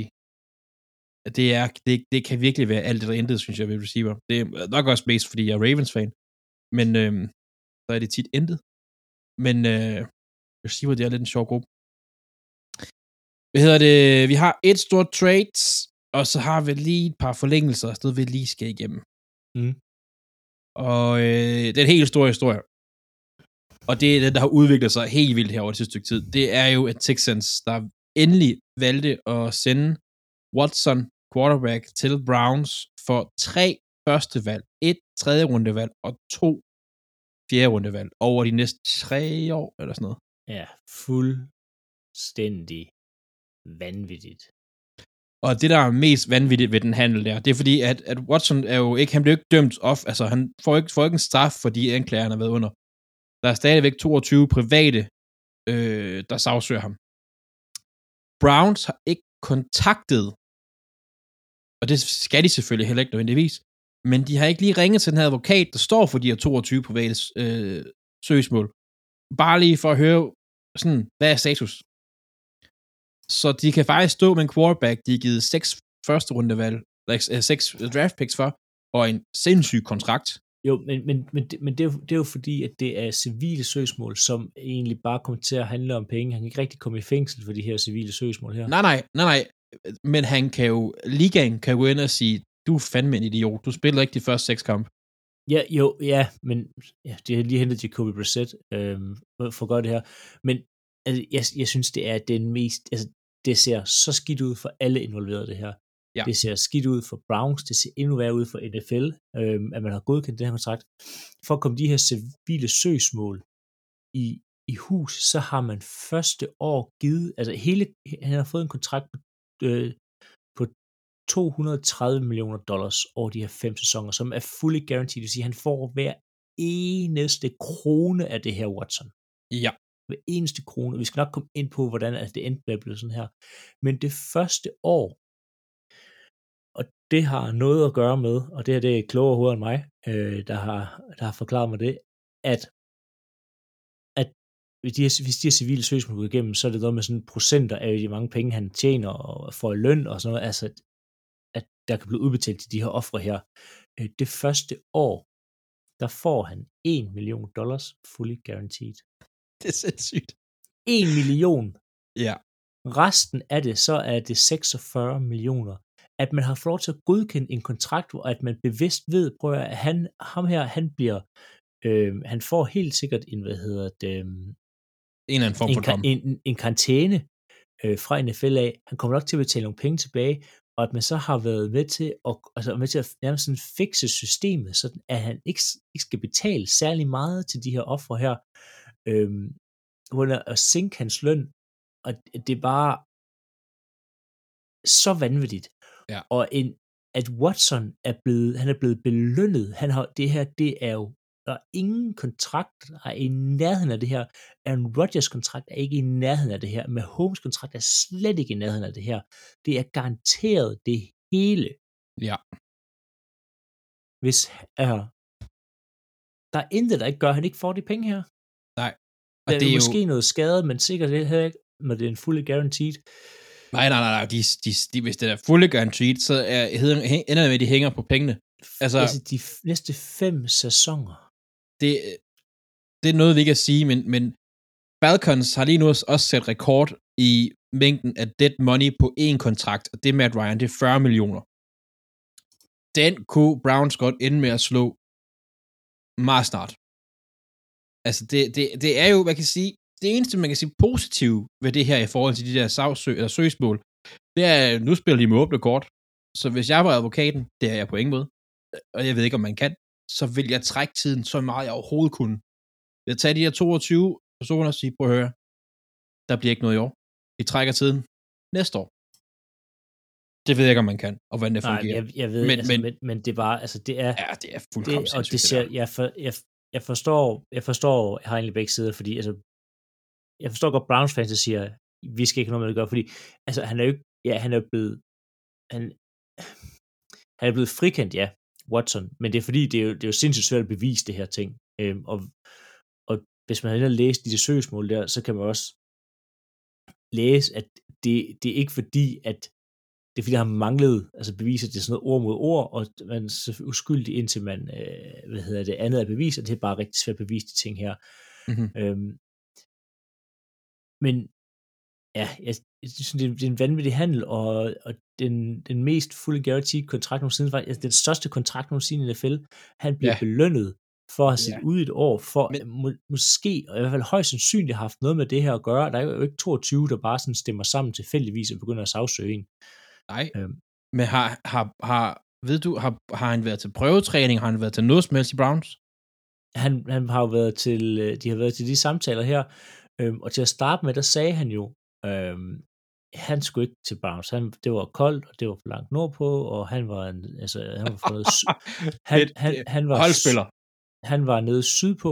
det kan virkelig være alt eller intet, synes jeg, ved receiver. Det er nok også mest, fordi jeg er Ravens-fan, men så er det tit intet. Men receiver, det er lidt en sjov gruppe. Hvad hedder det? Vi har et stort trade, og så har vi lige et par forlængelser, så vi lige skal igennem. Mm. Og det er en helt stor historie. Og det er det, der har udviklet sig helt vildt her over det sidste stykke tid. Det er jo, at Texans, der endelig valgte at sende Watson, quarterback, til Browns for 3 førstevalg, 1 tredje rundevalg og 2 fjerde rundevalg over de næste 3 år, eller sådan noget. Ja, fuldstændig vanvittigt. Og det, der er mest vanvittigt ved den handel der, det er fordi, at Watson er jo ikke, han bliver ikke dømt off, altså han får ikke en straf for de anklager, han har været under. Der er stadigvæk 22 private, der sagsøger ham. Browns har ikke kontaktet, og det skal de selvfølgelig heller ikke nødvendigvis, men de har ikke lige ringet til den her advokat, der står for de her 22 private søgsmål. Bare lige for at høre, sådan, hvad er status? Så de kan faktisk stå med en quarterback, de har givet 6 første rundevalg, 6 draft picks for, og en sindssyg kontrakt. Jo, men det er jo fordi, at det er civile søgsmål, som egentlig bare kommer til at handle om penge. Han kan ikke rigtig komme i fængsel for de her civile søgsmål her. Nej. Men han kan jo, ligaen kan gå ind og sige, du er fandme en idiot, du spiller ikke de første 6 kampe. Ja, men ja, de har lige hentet Jacoby Brissett for at gøre det her. Men altså, jeg synes, det er den mest, altså, det ser så skidt ud for alle involverede det her. Ja. Det ser skidt ud for Browns, det ser endnu værre ud for NFL, at man har godkendt den her kontrakt. For at komme de her civile søgsmål i hus, så har man første år givet, altså han har fået en kontrakt på $230 million over de her 5 sæsoner, som er fully guaranteed, det vil sige, at han får hver eneste krone af det her Watson. Ja. Hver eneste krone. Vi skal nok komme ind på, hvordan det endte med at blive sådan her. Men det første år, og det har noget at gøre med, og det her det er klogere hoved end mig, der har forklaret mig det, at hvis de her civile søgsmål går igennem, så er det noget med sådan procenter af de mange penge, han tjener og får i løn og sådan noget, altså at der kan blive udbetalt til de her ofre her. Det første år, der får han $1 million fully guaranteed. Det er sindssygt. 1 million. Ja. Resten af det, så er det 46 millioner. At man har fået lov til at godkende en kontrakt, hvor at man bevidst ved, prøv at han bliver, han får helt sikkert en, en eller anden form for en karantæne fra NFL af. Han kommer nok til at betale nogle penge tilbage, og at man så har været med til at nærmest sådan fikse systemet, så at han ikke skal betale særlig meget til de her ofre her, at sænke hans løn, og det er bare så vanvittigt. Ja. Og at Watson han er blevet belønnet. Det er jo, der er ingen kontrakt, der er i nærheden af det her. Aaron Rodgers kontrakt er ikke i nærheden af det her. Mahomes kontrakt er slet ikke i nærheden af det her. Det er garanteret det hele. Ja. Hvis der er intet, der ikke gør, at han ikke får de penge her. Nej. Og det er måske noget skadet, men sikkert det her ikke, når det er en fully guaranteed. Nej. Hvis det er fully guaranteed, så ender det med, at de hænger på pengene. Altså de næste 5 sæsoner. Det er noget, vi ikke kan sige, men Falcons har lige nu også sat rekord i mængden af dead money på en kontrakt, og det med Matt Ryan, det er 40 millioner. Den kunne Browns godt ende med at slå meget snart. Altså, det er jo, man kan sige, det eneste, man kan sige positivt ved det her i forhold til de der søgsmål, det er, nu spiller de med åbne kort. Så hvis jeg var advokaten, det er jeg på ingen måde, og jeg ved ikke, om man kan, så vil jeg trække tiden så meget, jeg overhovedet kunne. Jeg tager de her 22 personer og sige, prøv at høre, der bliver ikke noget i år. Vi trækker tiden næste år. Det ved jeg ikke, om man kan, og hvordan det fungerer. Nej, jeg ved, men det er bare, altså det er... Ja, det er fuldkommen sindssygt. Og det ser, jeg forstår, jeg har egentlig begge sider, fordi altså, jeg forstår godt Browns fans, der siger, vi skal ikke have noget med det at gøre, fordi altså, han er jo ikke, ja, han er blevet, Han er blevet frikendt, ja, Watson, men det er fordi, det er jo sindssygt svært at bevise det her ting. Og hvis man har læst de søgsmål der, så kan man også læse, at det er ikke fordi, at det er fordi, der har manglet altså bevis, at det er sådan noget ord mod ord, og man er så uskyldig, indtil man, andet er bevis, og det er bare rigtig svært at bevise de ting her. Mm-hmm. Men ja, jeg synes, det er en vanvittig handel, og den mest fully guaranteed kontrakt nogensinde var altså den største kontrakt nogensinde i NFL. Han bliver belønnet for at have siddet ude et år, for måske, og i hvert fald højst sandsynligt har haft noget med det her at gøre. Der er jo ikke 22, der bare sådan stemmer sammen tilfældigvis og begynder at sagsøge en. Nej, men ved du, har han været til prøvetræning? Har han været til noget som helst i Browns? Han har jo været til, de har været til de samtaler her, og til at starte med, der sagde han jo, han skulle ikke til Browns. Det var koldt, og det var for langt nordpå, og han var for noget han var holdspiller. Han var nede sydpå,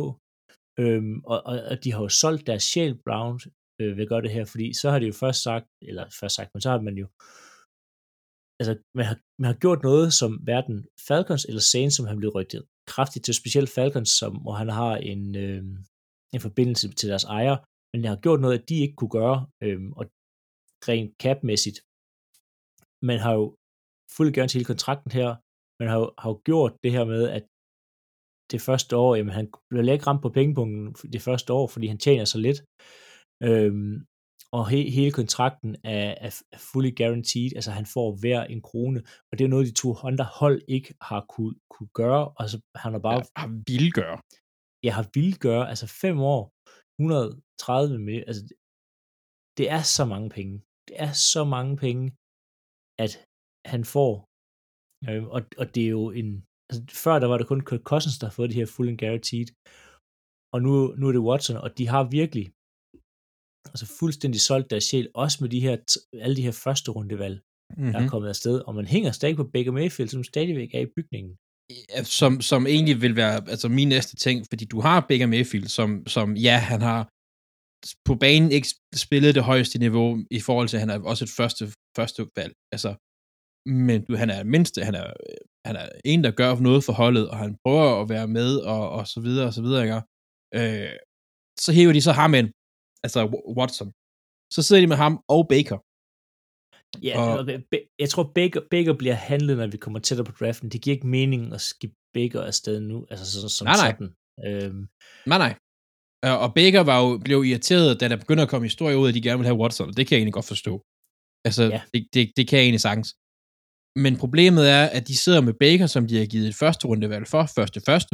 og de har jo solgt deres sjæl Browns ved at gøre det her, fordi så har de jo først sagt, men så har man jo altså, man har gjort noget, som hverken Falcons eller Saints, som han blev rygtet kraftigt til, specielt Falcons, hvor han har en forbindelse til deres ejer, men jeg har gjort noget, at de ikke kunne gøre, og rent cap-mæssigt. Man har jo fuldt gerne til hele kontrakten her, man har jo gjort det her med, at det første år, jamen han bliver ikke ramt på pengepunkten det første år, fordi han tjener så lidt, og hele kontrakten er fully guaranteed, altså han får hver en krone, og det er noget, de to andre hold ikke har kunne gøre, og så han har bare... har ville gøre. Ja, har ville gøre, altså 5 år, 130 millioner, altså det er så mange penge. Det er så mange penge, at han får, og det er jo altså før der var det kun Kirk Cousins, der har fået det her full and guaranteed, og nu er det Watson, og de har virkelig altså fuldstændig solgt deres sjæl, også med alle de her første rundevalg, der er kommet afsted, og man hænger stadig på Baker Mayfield, som stadigvæk er i bygningen. Ja, som egentlig vil være altså min næste ting, fordi du har Baker Mayfield, som ja, han har på banen ikke spillet det højeste niveau, i forhold til, at han er også et første valg, altså, men han er mindste, han er en, der gør noget for holdet, og han prøver at være med, og så videre, ikke? Så hæver de så ham ind, altså Watson. Så sidder de med ham og Baker. Ja, jeg tror, Baker bliver handlet, når vi kommer tættere på draften. Det giver ikke mening at skifte Baker afsted nu, altså sådan. Nej. Og Baker blev irriteret, da der begynder at komme historier ud, at de gerne vil have Watson, og det kan jeg egentlig godt forstå. Altså, ja. det kan jeg egentlig sagtens. Men problemet er, at de sidder med Baker, som de har givet et første rundevalg for, første.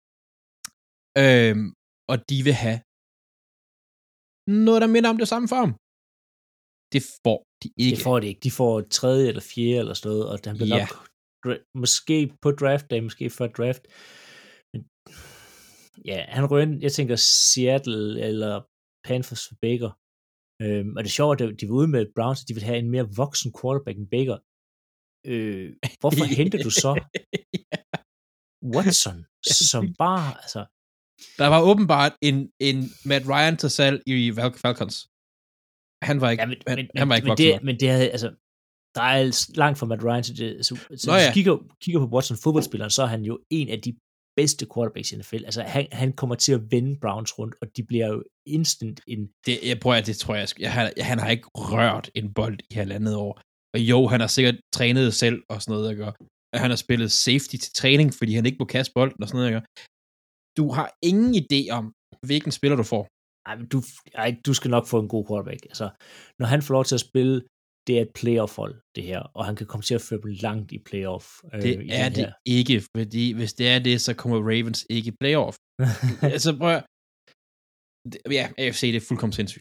Og de vil have noget, der minder om det samme for ham. Det får de ikke. Det får de ikke. De får 3. eller 4. eller sådan noget, og han bliver nok måske på draft day, måske før draft. Men ja, han rører, jeg tænker Seattle eller Panthers for Baker. Og det er sjovt, at de var ude med Browns, at de vil have en mere voksen quarterback end Baker. Hvorfor henter du så Watson, som bare, altså... Der var åbenbart en Matt Ryan til salg i Falcons. Han var ikke, han var ikke voksen. Men det havde, altså, der er langt fra Matt Ryan til det. Så hvis du kigger på Watson, fodboldspilleren, så er han jo en af de bedste quarterbacks i NFL. Altså, han kommer til at vende Browns rundt, og de bliver jo instant det tror jeg, han har ikke rørt en bold i 1,5 år. Og jo, han har sikkert trænet selv og sådan noget, der gør. Han har spillet safety til træning, fordi han ikke må kaste bolden og sådan noget, der gør. Du har ingen idé om, hvilken spiller du får. Du skal nok få en god quarterback. Altså, når han får lov til at spille, det er et playoff-hold, det her, og han kan komme til at føre dem langt i playoff. Det er det ikke, fordi hvis det er det, så kommer Ravens ikke i playoff. Altså, prøv at... Ja, AFC, det er fuldkommen sindssygt.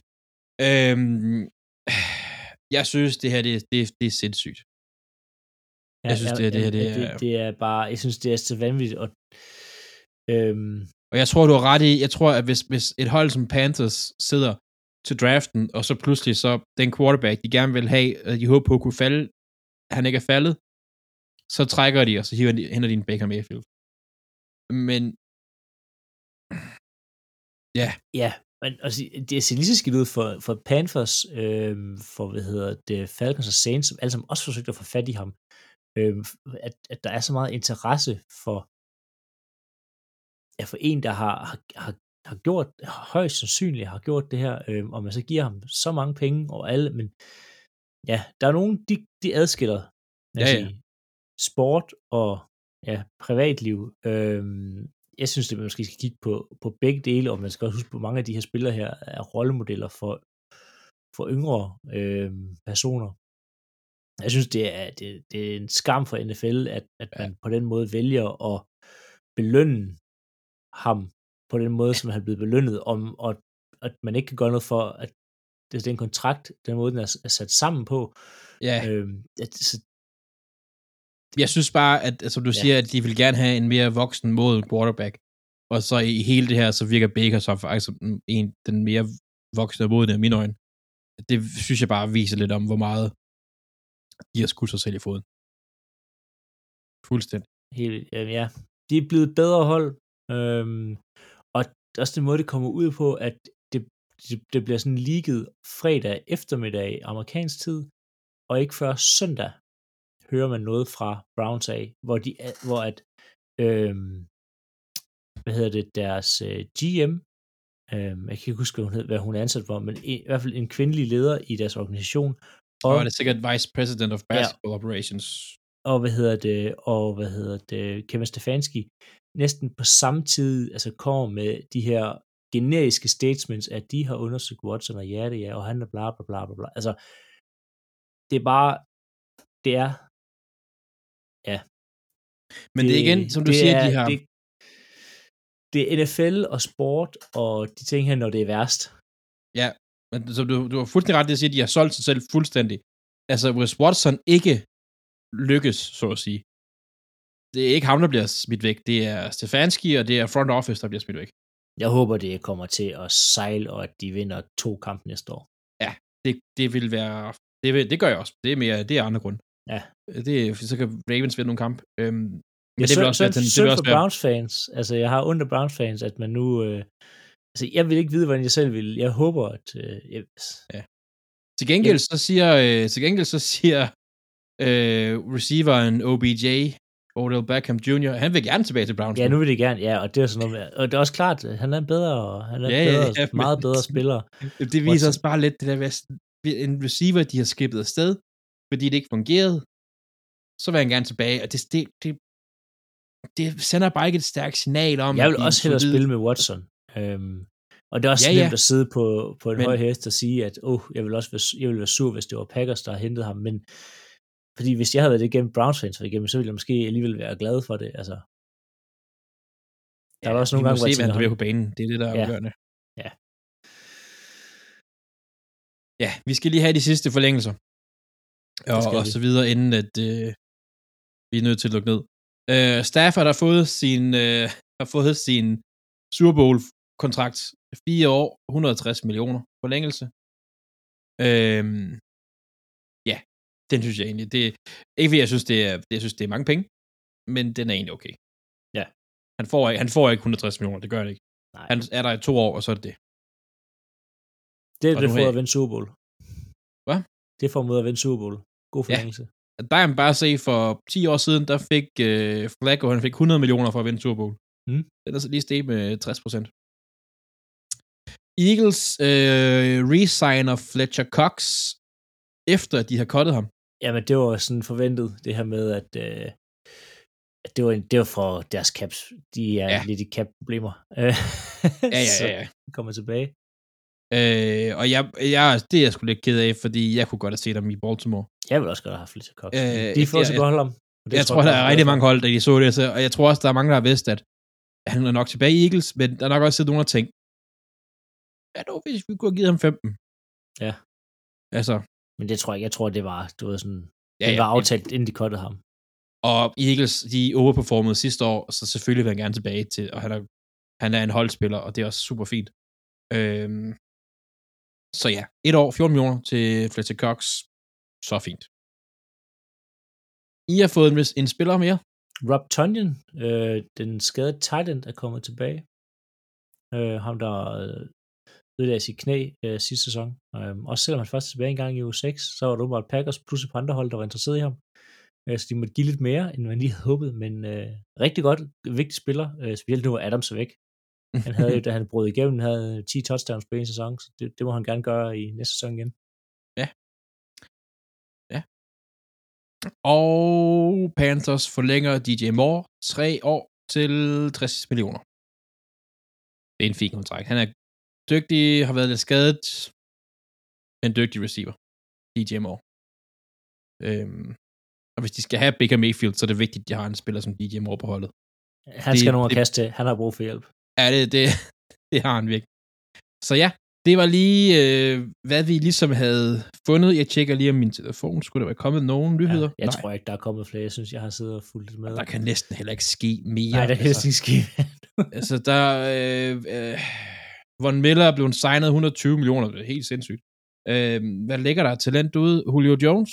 Jeg synes, det her, det er sindssygt. Jeg synes, det er bare... Jeg synes, det er så vanvittigt, og jeg tror, du har ret i, jeg tror, at hvis et hold som Panthers sidder til draften, og så pludselig så den quarterback, de gerne vil have, de håber på at kunne falde, han ikke er faldet, så trækker de, og så henter de en Baker Mayfield. Men ja, men altså, det ser lige så skidt ud for Panthers, for Falcons og Saints, som alle sammen også forsøgte at få fat i ham. at der er så meget interesse for en, der har gjort, højst sandsynligt har gjort det her, og man så giver ham så mange penge over alle, men ja, der er nogen, de adskiller, sige, sport og privatliv. Jeg synes, at man måske skal kigge på begge dele, og man skal også huske på, mange af de her spillere her er rollemodeller for yngre personer. Jeg synes, det er en skam for NFL, at man på den måde vælger at belønne ham på den måde, som han er blevet belønnet, og at man ikke kan gøre noget for, at det er en kontrakt, den måde, den er sat sammen på. Ja. Jeg synes bare, at som du siger, at de vil gerne have en mere voksen moden quarterback, og så i hele det her, så virker Baker så faktisk som den mere voksne og modne af mine øjne. Det synes jeg bare viser lidt om, hvor meget de har skudt sig selv i foden. Fuldstændig. Ja, de er blevet bedre hold, og også den måde, det kommer ud på, at det bliver sådan leaget fredag eftermiddag amerikansk tid, og ikke før søndag hører man noget fra Browns af, hvor deres GM, jeg kan ikke huske, hvad hun er ansat for, men i hvert fald en kvindelig leder i deres organisation. Og det er sikkert Vice President of Basketball Operations. Og Kevin Stefanski næsten på samme tid altså kommer med de her generiske statements, at de har undersøgt Watson og og han er bla bla bla bla bla. Altså, det er bare, det er, ja. Men det er igen, som du siger, de har... Det er NFL og sport, og de ting her, når det er værst. Ja, men så du har fuldstændig ret til at sige, at de har solgt sig selv fuldstændig. Altså, hvis Watson ikke lykkes, så at sige, det er ikke ham, der bliver smidt væk. Det er Stefanski, og det er front office, der bliver smidt væk. Jeg håber, det kommer til at sejle, og at de vinder 2 kampe næste år. Ja, det vil være... Det gør jeg også. Det er andre grund. Ja. Så kan Ravens vinde nogle kamp. Men det vil også være for Browns fans. Altså, jeg har ondt af Browns fans, at man nu... altså, jeg vil ikke vide, hvordan jeg selv vil. Jeg håber, at... Ja. Til gengæld så siger receiveren OBJ, Odell Beckham Jr., han vil gerne tilbage til Browns. Ja, nu vil de gerne, ja, og det er sådan noget med, og det er også klart, han er meget bedre spiller. Det viser os bare lidt det der med en receiver, de har skippet afsted, fordi det ikke fungerede, så vil han gerne tilbage, og det sender bare ikke et stærkt signal om... Jeg vil også hellere spille med Watson. Og det er også nemt at sidde på en høj hest og sige, at jeg vil være sur, hvis det var Packers, der har hentet ham, men fordi hvis jeg havde været det igennem Browns fans, så ville jeg måske alligevel være glad for det. Altså, der er også nogle gange, hvor jeg tænker... Vi må se, hvad han på banen. Det er det, der er afgørende. Ja. Ja, vi skal lige have de sidste forlængelser. Og så videre, inden at vi er nødt til at lukke ned. Stafford har fået sin Super Bowl-kontrakt 4 år, 160 millioner forlængelse. Ja, den synes jeg egentlig, ikke fordi jeg synes, det er mange penge, men den er egentlig okay. Ja. Han får ikke 160 millioner, det gør det ikke. Nej. Han er der i 2 år, og så er det det. Det får at vinde Super Bowl. Hvad? Det får mod at vinde Super Bowl. God forlængelse. Ja. Der kan man bare se, for 10 år siden, der fik Flacco, han fik 100 millioner for at vinde Super Bowl. Den er så lige steget med 60%. Eagles resigner Fletcher Cox, efter at de har cuttet ham. Jamen, det var sådan forventet, det her med, at det var for deres caps. De er lidt i cap-problemer. Så de kommer tilbage. Og det er jeg sgu lidt ked af, fordi jeg kunne godt have set dem i Baltimore. Jeg vil også godt have haft Fletcher Cox. De får også godt hold om. Jeg tror, der er rigtig mange hold, der de så det, og jeg tror også, der er mange, der har vidst, at han er nok tilbage i Eagles, men der er nok også siddet nogle af ting. Ja, det var, hvis vi kunne have givet ham 15. Ja. Altså. Men det tror jeg tror, det var sådan, det var aftalt, inden de cuttede ham. Og Eagles, de overperformede sidste år, så selvfølgelig vil han gerne tilbage til, og han er en holdspiller, og det er også super fint. Så ja, 1 år, 14 millioner til Fletcher Cox. Så fint. I har fået en spiller mere. Rob Tonyan, den skadede tight end, er kommet tilbage. Ham, der ødelagde sit knæ sidste sæson. Også selvom han først tilbage en gang i uge 6, så var det bare Packers plus et par andre hold, der var interesseret i ham. Så de måtte give lidt mere, end man lige havde håbet, men rigtig godt, vigtig spiller, specielt nu, hvor Adams er væk. Han havde jo, da han brød igennem, havde 10 touchdowns på en sæson, så det må han gerne gøre i næste sæson igen. Ja. Ja. Og Panthers forlænger DJ Moore 3 år til 60 millioner. Det er en fin kontrakt. Han er dygtig, har været lidt skadet. En dygtig receiver. DJ Moore. Og hvis de skal have Baker Mayfield, så er det vigtigt, at de har en spiller som DJ Moore på holdet. Han skal nogen at kaste til. Han har brug for hjælp. Ja, det har han virkelig. Så ja, det var lige, hvad vi ligesom havde fundet. Jeg tjekker lige om min telefon. Skulle der være kommet nogen nyheder? Ja, jeg tror ikke, der er kommet flere. Jeg synes, jeg har siddet og fulgt det med. Der kan næsten heller ikke ske mere. Nej, der kan næsten ikke ske. Altså, der Von Miller er blevet signet 120 millioner. Det er helt sindssygt. Hvad ligger der talent ude? Julio Jones?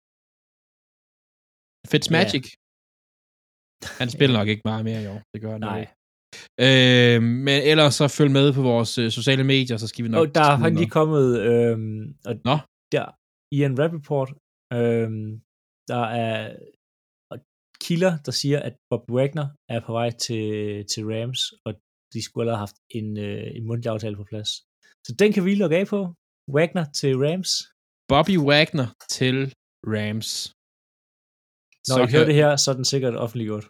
Fitzmagic? Ja. Han spiller nok ikke meget mere i år. Det gør han. Nej. Men ellers så følg med på vores sociale medier, så skal vi nok... Og der er faktisk lige kommet... der i en Rappaport, der er kilder, der siger, at Bob Wagner er på vej til Rams, og de skulle have haft en mundtlig aftale på plads. Så den kan vi logge af på. Wagner til Rams. Bobby Wagner til Rams. Når I hører det her, så er den sikkert offentliggjort.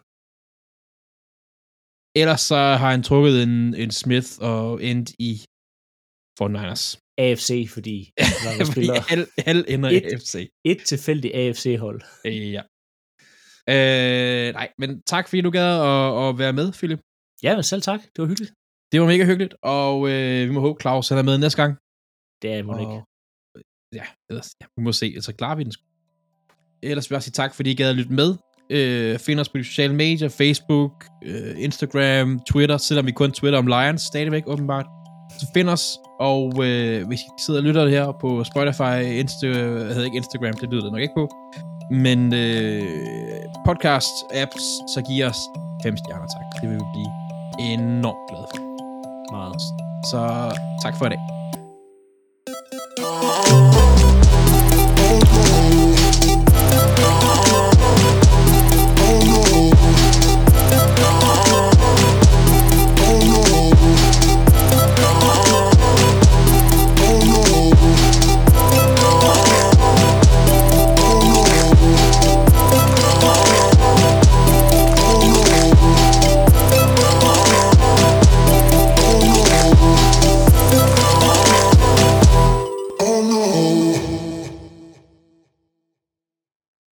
Ellers så har han trukket en Smith og endt i 49ers. AFC, fordi der spiller alle ender i AFC. Et tilfældigt AFC-hold. Ja. Nej, men tak fordi du gad at være med, Philip. Ja, men selv tak. Det var hyggeligt. Det var mega hyggeligt, og vi må håbe, Claus er med næste gang. Det er man ikke. Ja, vi må se. Altså, klarer vi den. Ellers vil jeg sige tak, fordi I gad at lytte med. Find os på de sociale medier, Facebook, Instagram, Twitter, selvom vi kun Twitter om Lions, stadigvæk åbenbart. Så find os, og hvis I sidder og lytter det her på Spotify, jeg hedder ikke Instagram, det lyder det nok ikke på, men podcast-apps, så giv os 5 stjerner, tak. Det vil vi blive enormt glade for. Meget. Så tak for i dag.